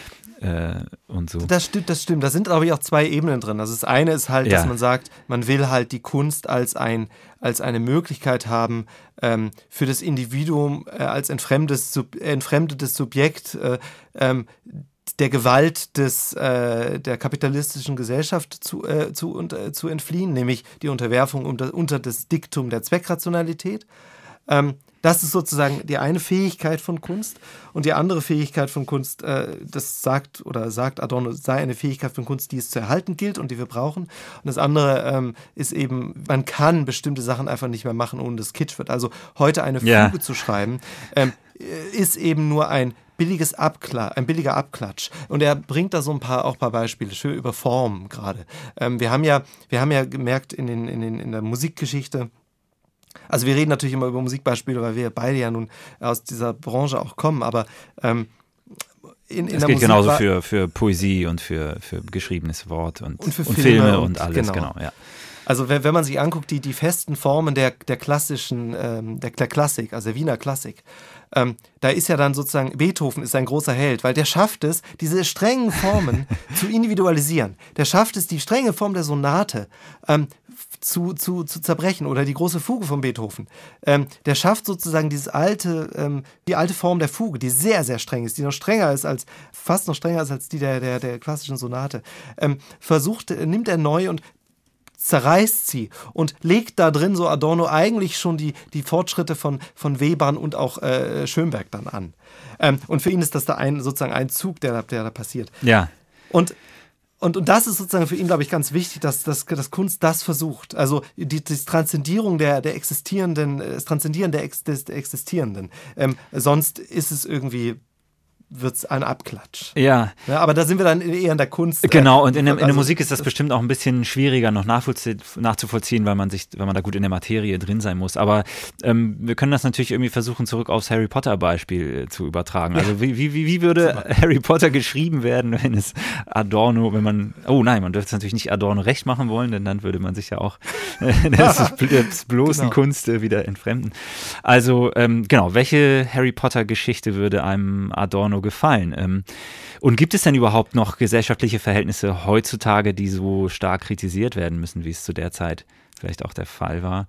und so. Das stimmt, das stimmt. Da sind, glaube ich, auch zwei Ebenen drin. Also das eine ist halt, ja. dass man sagt, man will halt die Kunst als, ein, als eine Möglichkeit haben, ähm, für das Individuum äh, als entfremdetes, sub, entfremdetes Subjekt äh, ähm, der Gewalt des, äh, der kapitalistischen Gesellschaft zu, äh, zu, und, äh, zu entfliehen, nämlich die Unterwerfung unter, unter das Diktum der Zweckrationalität. Ähm, Das ist sozusagen die eine Fähigkeit von Kunst. Und die andere Fähigkeit von Kunst, äh, das sagt oder sagt Adorno, sei eine Fähigkeit von Kunst, die es zu erhalten gilt und die wir brauchen. Und das andere ähm, ist eben, man kann bestimmte Sachen einfach nicht mehr machen, ohne dass Kitsch wird. Also heute eine Fuge yeah. zu schreiben, ähm, ist eben nur ein billiges Abkla- ein billiger Abklatsch. Und er bringt da so ein paar, auch ein paar Beispiele, schön über Formen gerade. Ähm, wir haben ja, wir haben ja gemerkt in, den, in, den, in der Musikgeschichte, also wir reden natürlich immer über Musikbeispiele, weil wir beide ja nun aus dieser Branche auch kommen, aber ähm, in, in das der gilt Musik genauso war, für, für Poesie und für, für geschriebenes Wort und, und, für und Filme, Filme und, und alles, genau. genau, ja. Also wenn, wenn man sich anguckt, die, die festen Formen der, der klassischen, ähm, der, der Klassik, also der Wiener Klassik, ähm, da ist ja dann sozusagen, Beethoven ist ein großer Held, weil der schafft es, diese strengen Formen zu individualisieren. Der schafft es, die strenge Form der Sonate ähm, zu, zu, zu zerbrechen oder die große Fuge von Beethoven. Ähm, der schafft sozusagen dieses alte, ähm, die alte Form der Fuge, die sehr, sehr streng ist, die noch strenger ist als, fast noch strenger ist als die der, der, der klassischen Sonate. Ähm, versucht, nimmt er neu und zerreißt sie und legt da drin, so Adorno, eigentlich schon die, die Fortschritte von, von Webern und auch äh, Schönberg dann an. Ähm, und für ihn ist das da ein, sozusagen ein Zug, der, der da passiert. Ja. Und Und, und das ist sozusagen für ihn, glaube ich, ganz wichtig, dass, dass, dass Kunst das versucht. Also die, die Transzendierung der, der existierenden, das Transzendieren der, Ex, des Existierenden. Ähm, sonst ist es irgendwie, wird es ein Abklatsch. Ja. ja. Aber da sind wir dann eher in der Kunst. Genau, und in der, in der also, Musik ist das bestimmt auch ein bisschen schwieriger noch nachzuvollziehen, weil man sich, weil man da gut in der Materie drin sein muss. Aber ähm, wir können das natürlich irgendwie versuchen, zurück aufs Harry Potter Beispiel äh, zu übertragen. Also wie, wie, wie würde Super. Harry Potter geschrieben werden, wenn es Adorno, wenn man, oh nein, man dürfte es natürlich nicht Adorno recht machen wollen, denn dann würde man sich ja auch äh, des, des bloßen genau. Kunst äh, wieder entfremden. Also ähm, genau, welche Harry Potter Geschichte würde einem Adorno gefallen? Ähm, und gibt es denn überhaupt noch gesellschaftliche Verhältnisse heutzutage, die so stark kritisiert werden müssen, wie es zu der Zeit vielleicht auch der Fall war?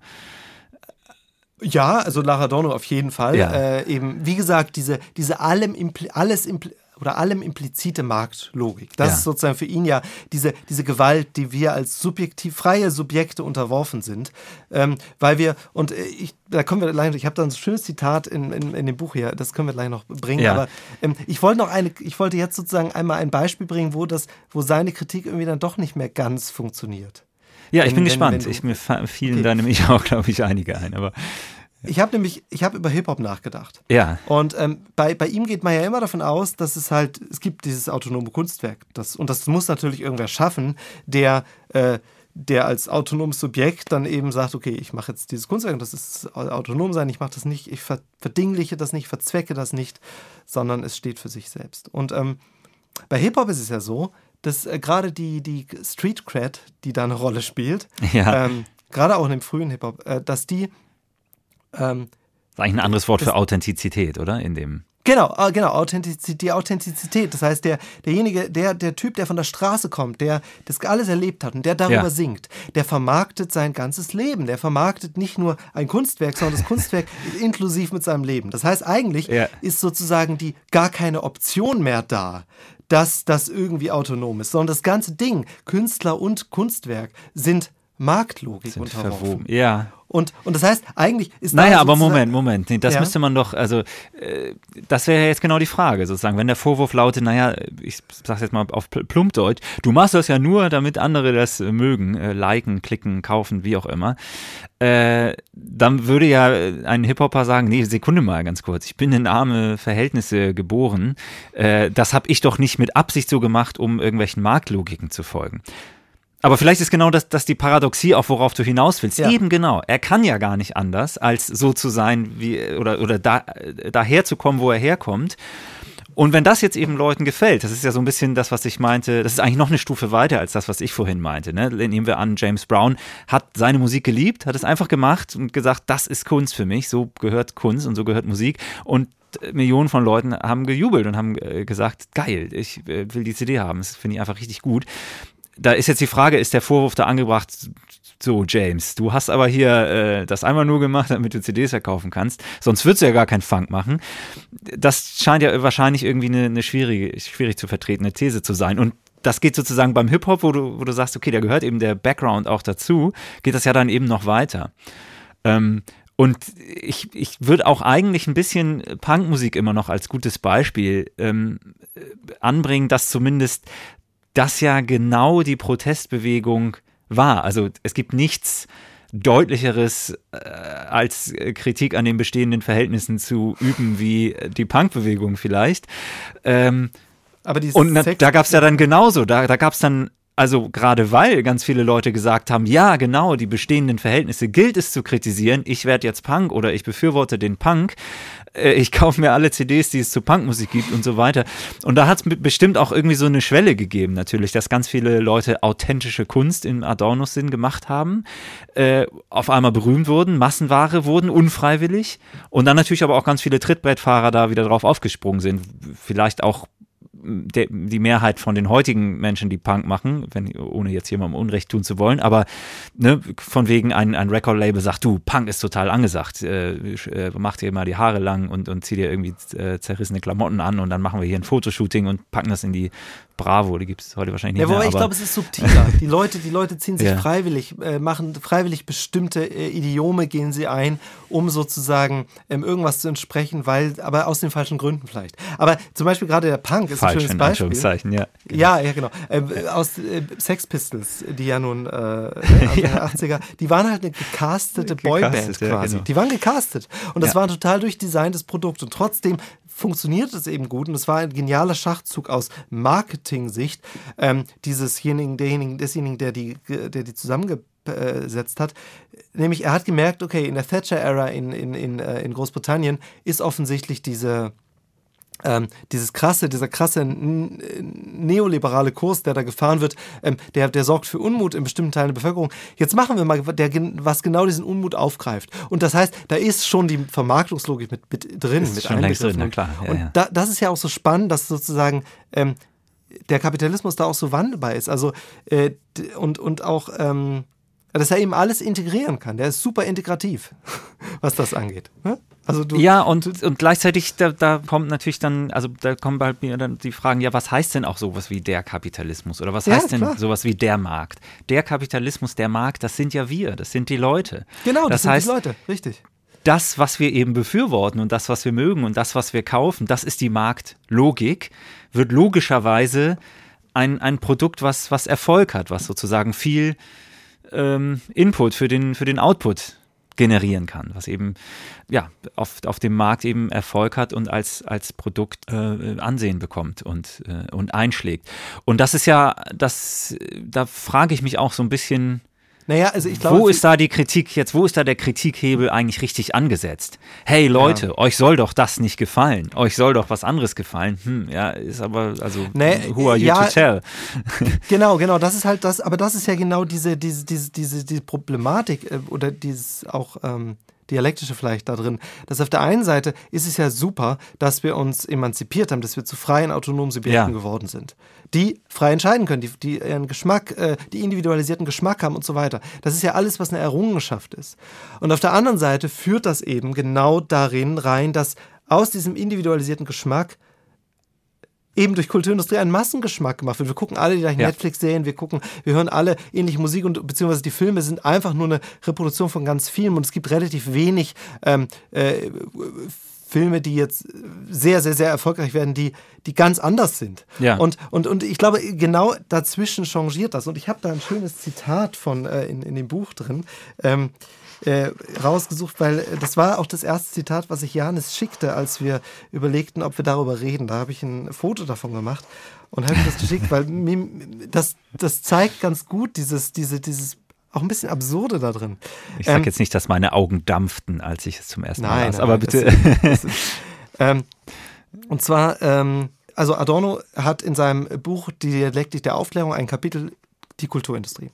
Ja, also nach Adorno auf jeden Fall. Ja. Äh, eben, wie gesagt, diese, diese allem impli- alles impli- oder allem implizite Marktlogik. Das ja. ist sozusagen für ihn ja diese, diese Gewalt, die wir als subjektiv freie Subjekte unterworfen sind. Ähm, weil wir, und ich, da kommen wir gleich, ich habe da ein schönes Zitat in, in, in dem Buch hier, das können wir gleich noch bringen. Ja. Aber ähm, ich wollte noch eine, ich wollte jetzt sozusagen einmal ein Beispiel bringen, wo das, wo seine Kritik irgendwie dann doch nicht mehr ganz funktioniert. Ja, ich wenn, bin wenn, gespannt. wenn du, ich, mir fielen okay. da nämlich auch, glaube ich, einige ein, aber Ich habe nämlich, ich habe über Hip-Hop nachgedacht. Ja. Und ähm, bei, bei ihm geht man ja immer davon aus, dass es halt, es gibt dieses autonome Kunstwerk. Das, und das muss natürlich irgendwer schaffen, der, äh, der als autonomes Subjekt dann eben sagt, okay, ich mache jetzt dieses Kunstwerk und das ist autonom sein, ich mache das nicht, ich verdingliche das nicht, verzwecke das nicht, sondern es steht für sich selbst. Und ähm, bei Hip-Hop ist es ja so, dass äh, gerade die, die Street Cred, die da eine Rolle spielt, ja. ähm, gerade auch in dem frühen Hip-Hop, äh, dass die Ähm, das ist eigentlich ein anderes Wort für Authentizität, oder? In dem Genau, genau, Authentizität, die Authentizität. Das heißt, der, derjenige, der, der Typ, der von der Straße kommt, der das alles erlebt hat und der darüber ja. singt, der vermarktet sein ganzes Leben. Der vermarktet nicht nur ein Kunstwerk, sondern das Kunstwerk inklusiv mit seinem Leben. Das heißt, eigentlich ja. ist sozusagen die gar keine Option mehr da, dass das irgendwie autonom ist, sondern das ganze Ding, Künstler und Kunstwerk, sind Marktlogik unterworfen. Verwoben. Ja. Und, und das heißt, eigentlich ist Naja, da aber Moment, Moment. Nee, das ja. müsste man doch, also, äh, das wäre ja jetzt genau die Frage, sozusagen. Wenn der Vorwurf lautet, naja, ich sag's jetzt mal auf Plumpdeutsch, du machst das ja nur, damit andere das äh, mögen, äh, liken, klicken, kaufen, wie auch immer, äh, dann würde ja ein Hip-Hopper sagen, nee, Sekunde mal ganz kurz, ich bin in arme Verhältnisse geboren, äh, das habe ich doch nicht mit Absicht so gemacht, um irgendwelchen Marktlogiken zu folgen. Aber vielleicht ist genau das, das die Paradoxie, auch worauf du hinaus willst. Ja. Eben genau. Er kann ja gar nicht anders, als so zu sein, wie oder, oder da, daher zu kommen, wo er herkommt. Und wenn das jetzt eben Leuten gefällt, das ist ja so ein bisschen das, was ich meinte, das ist eigentlich noch eine Stufe weiter als das, was ich vorhin meinte. Ne? Nehmen wir an, James Brown hat seine Musik geliebt, hat es einfach gemacht und gesagt, das ist Kunst für mich, so gehört Kunst und so gehört Musik. Und Millionen von Leuten haben gejubelt und haben gesagt, geil, ich will die C D haben, das finde ich einfach richtig gut. Da ist jetzt die Frage, ist der Vorwurf da angebracht, so James, du hast aber hier äh, das einmal nur gemacht, damit du C Ds verkaufen kannst, sonst würdest du ja gar keinen Funk machen. Das scheint ja wahrscheinlich irgendwie eine, eine schwierige, schwierig zu vertretene These zu sein. Und das geht sozusagen beim Hip-Hop, wo du, wo du sagst, okay, da gehört eben der Background auch dazu, geht das ja dann eben noch weiter. Ähm, Und ich, ich würde auch eigentlich ein bisschen Punkmusik immer noch als gutes Beispiel ähm, anbringen, dass zumindest das ja genau die Protestbewegung war. Also es gibt nichts Deutlicheres äh, als Kritik an den bestehenden Verhältnissen zu üben wie die Punkbewegung vielleicht. Ähm, Aber die und na, Sex- da gab es ja dann genauso, da, da gab es dann, also gerade weil ganz viele Leute gesagt haben, ja genau, die bestehenden Verhältnisse gilt es zu kritisieren, ich werde jetzt Punk oder ich befürworte den Punk, ich kaufe mir alle C Ds, die es zu Punkmusik gibt und so weiter. Und da hat es bestimmt auch irgendwie so eine Schwelle gegeben natürlich, dass ganz viele Leute authentische Kunst im Adorno-Sinn gemacht haben, äh, auf einmal berühmt wurden, Massenware wurden, unfreiwillig. Und dann natürlich aber auch ganz viele Trittbrettfahrer da wieder drauf aufgesprungen sind. Vielleicht auch der, die Mehrheit von den heutigen Menschen, die Punk machen, wenn, ohne jetzt jemandem Unrecht tun zu wollen, aber ne, von wegen ein, ein Record-Label sagt, du, Punk ist total angesagt, äh, äh, mach dir mal die Haare lang und, und zieh dir irgendwie äh, zerrissene Klamotten an und dann machen wir hier ein Fotoshooting und packen das in die Bravo, die gibt es heute wahrscheinlich nicht ja, wobei mehr. Ich glaube, es ist subtiler. Die Leute, die Leute ziehen sich ja. freiwillig, äh, machen freiwillig bestimmte äh, Idiome, gehen sie ein, um sozusagen ähm, irgendwas zu entsprechen, weil, aber aus den falschen Gründen vielleicht. Aber zum Beispiel gerade der Punk ist Falsch, ein schönes in Beispiel. Anführungszeichen, ja. Genau. Ja, ja, genau. Ähm, aus äh, Sex Pistols, die ja nun äh, Anfang der achtziger, die waren halt eine gecastete Boyband Gecastet, quasi. ja, genau. Die waren gecastet. Und das Ja. war ein total durchdesigntes Produkt. Und trotzdem funktioniert es eben gut und es war ein genialer Schachzug aus Marketing-Sicht ähm, diesesjenigen, derjenigen, desjenigen, der die, der die zusammengesetzt hat. Nämlich er hat gemerkt, okay, in der Thatcher-Ära in, in, in, in Großbritannien ist offensichtlich diese Ähm, dieses krasse, dieser krasse n- neoliberale Kurs, der da gefahren wird, ähm, der, der sorgt für Unmut in bestimmten Teilen der Bevölkerung. Jetzt machen wir mal, der, was genau diesen Unmut aufgreift. Und das heißt, da ist schon die Vermarktungslogik mit, mit drin. Ist mit schon längst drin, na und, klar. Ja, und ja. Da, das ist ja auch so spannend, dass sozusagen ähm, der Kapitalismus da auch so wandelbar ist. Also äh, d- und, und auch ähm, dass er eben alles integrieren kann. Der ist super integrativ, was das angeht. Ne? Also du, ja, und, und gleichzeitig, da, da kommt natürlich dann, also da kommen halt mir dann die Fragen, ja, was heißt denn auch sowas wie der Kapitalismus? Oder was Ja, heißt denn klar. sowas wie der Markt? Der Kapitalismus, der Markt, das sind ja wir, das sind die Leute. Genau, das, das sind heißt, die Leute, richtig. das, was wir eben befürworten und das, was wir mögen und das, was wir kaufen, das ist die Marktlogik, wird logischerweise ein, ein Produkt, was, was Erfolg hat, was sozusagen viel ähm, Input für den, für den Output generieren kann, was eben ja auf, auf dem Markt eben Erfolg hat und als, als Produkt äh, Ansehen bekommt und, äh, und einschlägt. Und das ist ja, das, da frage ich mich auch so ein bisschen, Naja, also ich glaube, wo ist da die Kritik jetzt, wo ist da der Kritikhebel eigentlich richtig angesetzt? Hey Leute, ja. euch soll doch das nicht gefallen, euch soll doch was anderes gefallen. Hm, ja, ist aber, also, nee, who are you ja, to tell? Genau, genau, das ist halt das, aber das ist ja genau diese, diese, diese, diese, diese Problematik äh, oder dieses auch ähm, dialektische vielleicht da drin, dass auf der einen Seite ist es ja super, dass wir uns emanzipiert haben, dass wir zu freien, autonomen Subjekten Ja. geworden sind, die frei entscheiden können, die, die ihren Geschmack, äh, die individualisierten Geschmack haben und so weiter. Das ist ja alles, was eine Errungenschaft ist. Und auf der anderen Seite führt das eben genau darin rein, dass aus diesem individualisierten Geschmack eben durch Kulturindustrie einen Massengeschmack gemacht wird. Wir gucken alle die gleichen Ja. Netflix-Serien, wir gucken, wir hören alle ähnliche Musik und beziehungsweise die Filme sind einfach nur eine Reproduktion von ganz vielen und es gibt relativ wenig ähm, äh, Filme, die jetzt sehr, sehr, sehr erfolgreich werden, die, die ganz anders sind. Ja. Und, und, und ich glaube, genau dazwischen changiert das. Und ich habe da ein schönes Zitat von äh, in, in dem Buch drin. Ähm, Äh, rausgesucht, weil das war auch das erste Zitat, was ich Janis schickte, als wir überlegten, ob wir darüber reden. Da habe ich ein Foto davon gemacht und habe ihm das geschickt, weil mir, das, das zeigt ganz gut dieses, diese, dieses auch ein bisschen Absurde da drin. Ich sage Ähm, jetzt nicht, dass meine Augen dampften, als ich es zum ersten Mal Nein, las, nein, aber nein, bitte. das- das ist- ähm, und zwar, ähm, also Adorno hat in seinem Buch Die Dialektik der Aufklärung ein Kapitel die Kulturindustrie.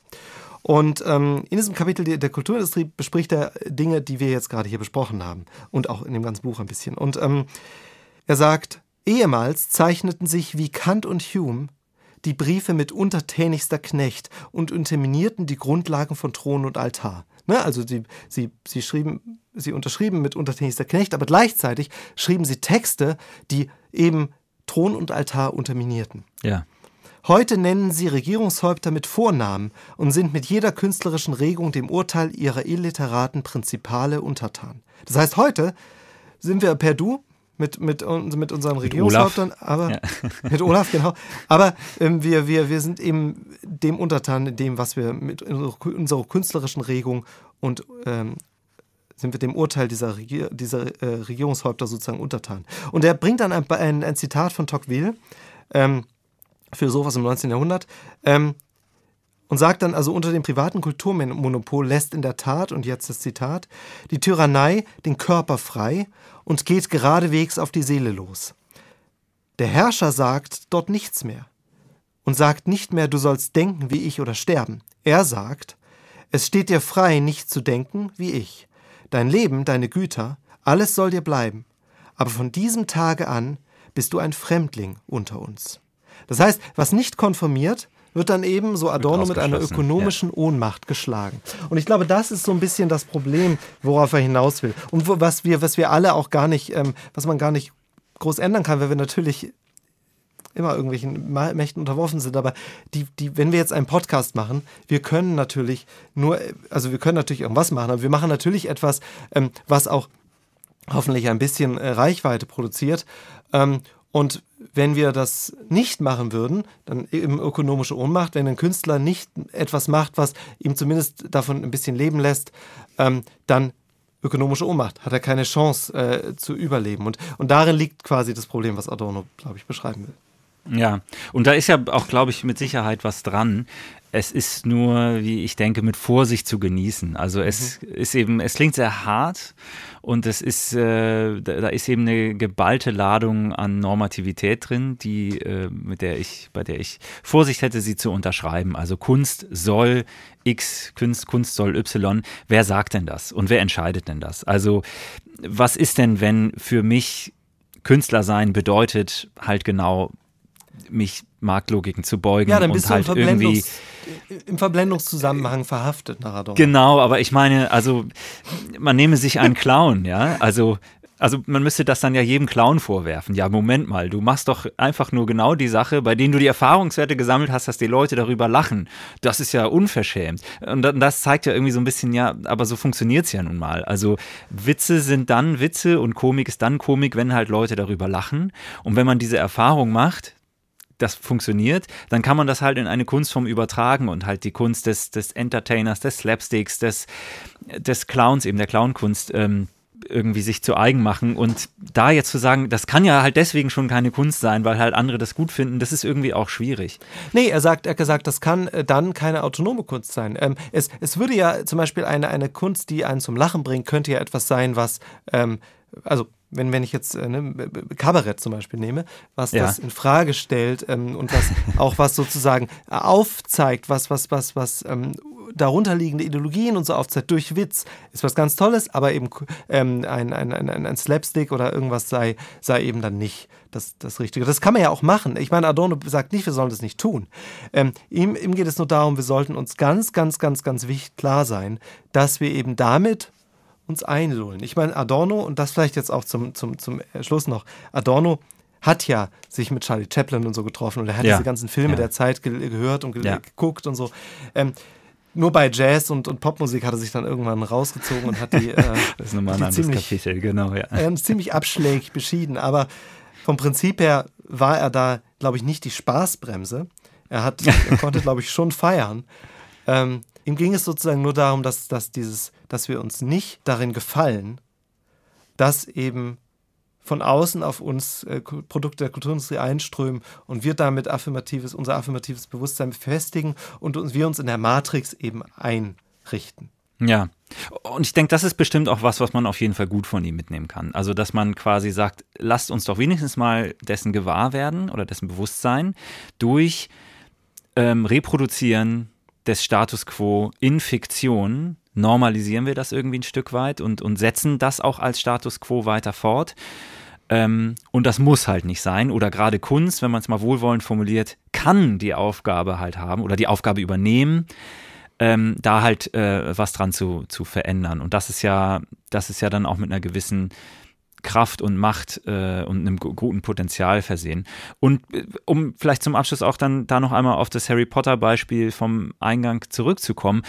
Und ähm, in diesem Kapitel der, der Kulturindustrie bespricht er Dinge, die wir jetzt gerade hier besprochen haben. Und auch in dem ganzen Buch ein bisschen. Und ähm, er sagt, ehemals zeichneten sich wie Kant und Hume die Briefe mit untertänigster Knecht und unterminierten die Grundlagen von Thron und Altar. Ne? Also sie, sie, sie, schrieben, sie unterschrieben mit untertänigster Knecht, aber gleichzeitig schrieben sie Texte, die eben Thron und Altar unterminierten. Ja. Heute nennen sie Regierungshäupter mit Vornamen und sind mit jeder künstlerischen Regung dem Urteil ihrer illiteraten Prinzipale untertan. Das heißt, heute sind wir per Du mit, mit, mit unseren Regierungshäuptern, aber Ja. mit Olaf, genau. Aber ähm, wir, wir, wir sind eben dem untertan, in dem, was wir mit unserer künstlerischen Regung und ähm, sind wir dem Urteil dieser, Regier, dieser äh, Regierungshäupter sozusagen untertan. Und er bringt dann ein, ein, ein Zitat von Tocqueville, ähm, Philosoph aus dem neunzehnten Jahrhundert, ähm, und sagt dann, also unter dem privaten Kulturmonopol lässt in der Tat, und jetzt das Zitat, die Tyrannei den Körper frei und geht geradewegs auf die Seele los. Der Herrscher sagt dort nichts mehr und sagt nicht mehr, du sollst denken wie ich oder sterben. Er sagt, es steht dir frei, nicht zu denken wie ich. Dein Leben, deine Güter, alles soll dir bleiben. Aber von diesem Tage an bist du ein Fremdling unter uns. Das heißt, was nicht konformiert, wird dann eben, so Adorno, mit einer ausgeschlossen, ökonomischen ja. Ohnmacht geschlagen. Und ich glaube, das ist so ein bisschen das Problem, worauf er hinaus will. Und wo, was wir, was wir alle auch gar nicht, ähm, was man gar nicht groß ändern kann, weil wir natürlich immer irgendwelchen Mächten unterworfen sind. Aber die, die, wenn wir jetzt einen Podcast machen, wir können natürlich nur, also wir können natürlich irgendwas machen, aber wir machen natürlich etwas, ähm, was auch hoffentlich ein bisschen äh, Reichweite produziert. Ähm, Und wenn wir das nicht machen würden, dann eben ökonomische Ohnmacht, wenn ein Künstler nicht etwas macht, was ihm zumindest davon ein bisschen leben lässt, ähm, dann ökonomische Ohnmacht, hat er keine Chance äh, zu überleben. Und, und darin liegt quasi das Problem, was Adorno, glaube ich, beschreiben will. Ja, und da ist ja auch, glaube ich, mit Sicherheit was dran. Es ist nur, wie ich denke, mit Vorsicht zu genießen. Also es mhm. ist eben, es klingt sehr hart und es ist, äh, da, da ist eben eine geballte Ladung an Normativität drin, die, äh, mit der ich, bei der ich Vorsicht hätte, sie zu unterschreiben. Also Kunst soll X, Kunst, Kunst soll Y. Wer sagt denn das? Und wer entscheidet denn das? Also was ist denn, wenn für mich Künstler sein bedeutet halt genau mich Marktlogiken zu beugen ja, dann bist und du halt im Verblendungs- irgendwie im Verblendungszusammenhang verhaftet nach Adorno. Genau, aber ich meine, also man nehme sich einen Clown, ja, also also man müsste das dann ja jedem Clown vorwerfen. Ja, Moment mal, du machst doch einfach nur genau die Sache, bei denen du die Erfahrungswerte gesammelt hast, dass die Leute darüber lachen. Das ist ja unverschämt. Und das zeigt ja irgendwie so ein bisschen, ja, aber so funktioniert es ja nun mal. Also Witze sind dann Witze und Komik ist dann Komik, wenn halt Leute darüber lachen. Und wenn man diese Erfahrung macht, das funktioniert, dann kann man das halt in eine Kunstform übertragen und halt die Kunst des, des Entertainers, des Slapsticks, des, des Clowns, eben der Clownkunst, ähm, irgendwie sich zu eigen machen. Und da jetzt zu sagen, das kann ja halt deswegen schon keine Kunst sein, weil halt andere das gut finden, das ist irgendwie auch schwierig. Nee, er sagt, er hat gesagt, das kann äh, dann keine autonome Kunst sein. Ähm, es, es würde ja zum Beispiel eine, eine Kunst, die einen zum Lachen bringt, könnte ja etwas sein, was, ähm, also Wenn, wenn ich jetzt äh, ne, Kabarett zum Beispiel nehme, was ja. das in Frage stellt ähm, und was auch was sozusagen aufzeigt, was, was, was, was ähm, darunterliegende Ideologien und so aufzeigt durch Witz, ist was ganz Tolles, aber eben ähm, ein, ein, ein, ein Slapstick oder irgendwas sei, sei eben dann nicht das, das Richtige. Das kann man ja auch machen. Ich meine, Adorno sagt nicht, wir sollen das nicht tun. Ähm, ihm, ihm geht es nur darum, wir sollten uns ganz, ganz, ganz, ganz wichtig klar sein, dass wir eben damit uns einlullen. Ich meine, Adorno, und das vielleicht jetzt auch zum, zum, zum Schluss noch, Adorno hat ja sich mit Charlie Chaplin und so getroffen und er hat ja. diese ganzen Filme ja. der Zeit ge- gehört und ge- ja. geguckt und so. Ähm, nur bei Jazz und, und Popmusik hat er sich dann irgendwann rausgezogen und hat die, äh, das ist nochmal ein anderes ziemlich, Kapitel, genau, ja. äh, ziemlich abschlägig beschieden, aber vom Prinzip her war er da, glaube ich, nicht die Spaßbremse. Er, hat, er konnte, glaube ich, schon feiern. Ähm, ihm ging es sozusagen nur darum, dass, dass, dieses, dass wir uns nicht darin gefallen, dass eben von außen auf uns äh, Produkte der Kulturindustrie einströmen und wir damit affirmatives, unser affirmatives Bewusstsein befestigen und uns, wir uns in der Matrix eben einrichten. Ja, und ich denke, das ist bestimmt auch was, was man auf jeden Fall gut von ihm mitnehmen kann. Also, dass man quasi sagt, lasst uns doch wenigstens mal dessen gewahr werden oder dessen Bewusstsein durch ähm, Reproduzieren des Status quo in Fiktion, normalisieren wir das irgendwie ein Stück weit und, und setzen das auch als Status quo weiter fort. Ähm, und das muss halt nicht sein. Oder gerade Kunst, wenn man es mal wohlwollend formuliert, kann die Aufgabe halt haben oder die Aufgabe übernehmen, Ähm, da halt äh, was dran zu, zu verändern. Und das ist ja, das ist ja dann auch mit einer gewissen Kraft und Macht äh, und einem g- guten Potenzial versehen. Und äh, um vielleicht zum Abschluss auch dann da noch einmal auf das Harry Potter Beispiel vom Eingang zurückzukommen,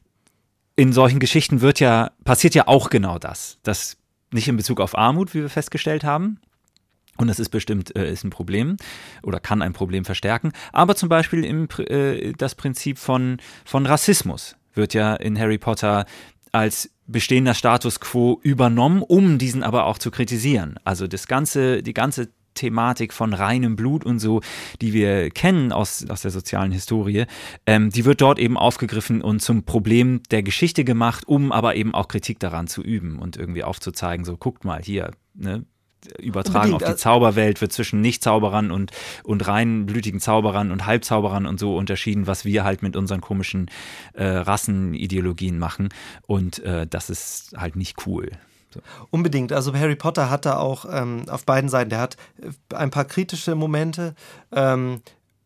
in solchen Geschichten wird ja, passiert ja auch genau das. Das nicht in Bezug auf Armut, wie wir festgestellt haben. Und das ist bestimmt äh, ist ein Problem oder kann ein Problem verstärken. Aber zum Beispiel im, äh, das Prinzip von, von Rassismus wird ja in Harry Potter als bestehender Status quo übernommen, um diesen aber auch zu kritisieren. Also das ganze, die ganze Thematik von reinem Blut und so, die wir kennen aus, aus der sozialen Historie, ähm, die wird dort eben aufgegriffen und zum Problem der Geschichte gemacht, um aber eben auch Kritik daran zu üben und irgendwie aufzuzeigen, so guckt mal hier, ne? Übertragen Unbedingt. auf die Zauberwelt wird zwischen Nicht-Zauberern und, und reinblütigen Zauberern und Halbzauberern und so unterschieden, was wir halt mit unseren komischen äh, Rassenideologien machen. Und äh, das ist halt nicht cool. So. Unbedingt. Also Harry Potter hat da auch ähm, auf beiden Seiten, der hat ein paar kritische Momente. Ähm,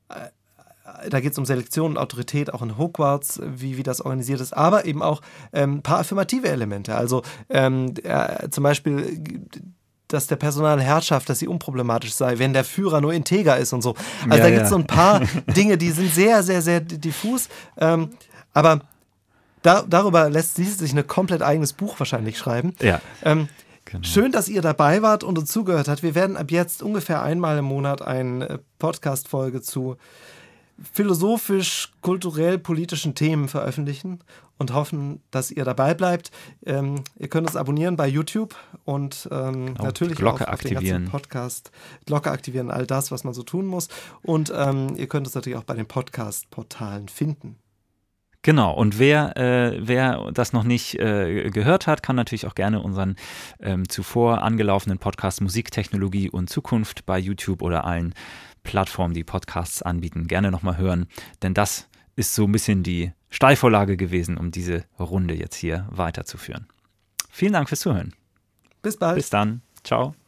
Da geht es um Selektion und Autorität, auch in Hogwarts, wie, wie das organisiert ist, aber eben auch ein ähm, paar affirmative Elemente. Also ähm, äh, zum Beispiel, dass der personale Herrschaft, dass sie unproblematisch sei, wenn der Führer nur integer ist und so. Also ja, da ja. gibt es so ein paar Dinge, die sind sehr, sehr, sehr diffus. Ähm, aber da, darüber lässt sich ein komplett eigenes Buch wahrscheinlich schreiben. Ja. Ähm, Genau. Schön, dass ihr dabei wart und uns zugehört habt. Wir werden ab jetzt ungefähr einmal im Monat eine Podcast-Folge zu philosophisch, kulturell, politischen Themen veröffentlichen und hoffen, dass ihr dabei bleibt. Ähm, ihr könnt uns abonnieren bei YouTube und ähm, oh, natürlich Glocke auch auf den aktivieren. ganzen Podcast. Glocke aktivieren, all das, was man so tun muss. Und ähm, ihr könnt uns natürlich auch bei den Podcast-Portalen finden. Genau, und wer, äh, wer das noch nicht äh, gehört hat, kann natürlich auch gerne unseren ähm, zuvor angelaufenen Podcast Musiktechnologie und Zukunft bei YouTube oder allen Plattformen, die Podcasts anbieten, gerne nochmal hören, denn das ist so ein bisschen die Steilvorlage gewesen, um diese Runde jetzt hier weiterzuführen. Vielen Dank fürs Zuhören. Bis bald. Bis dann. Ciao.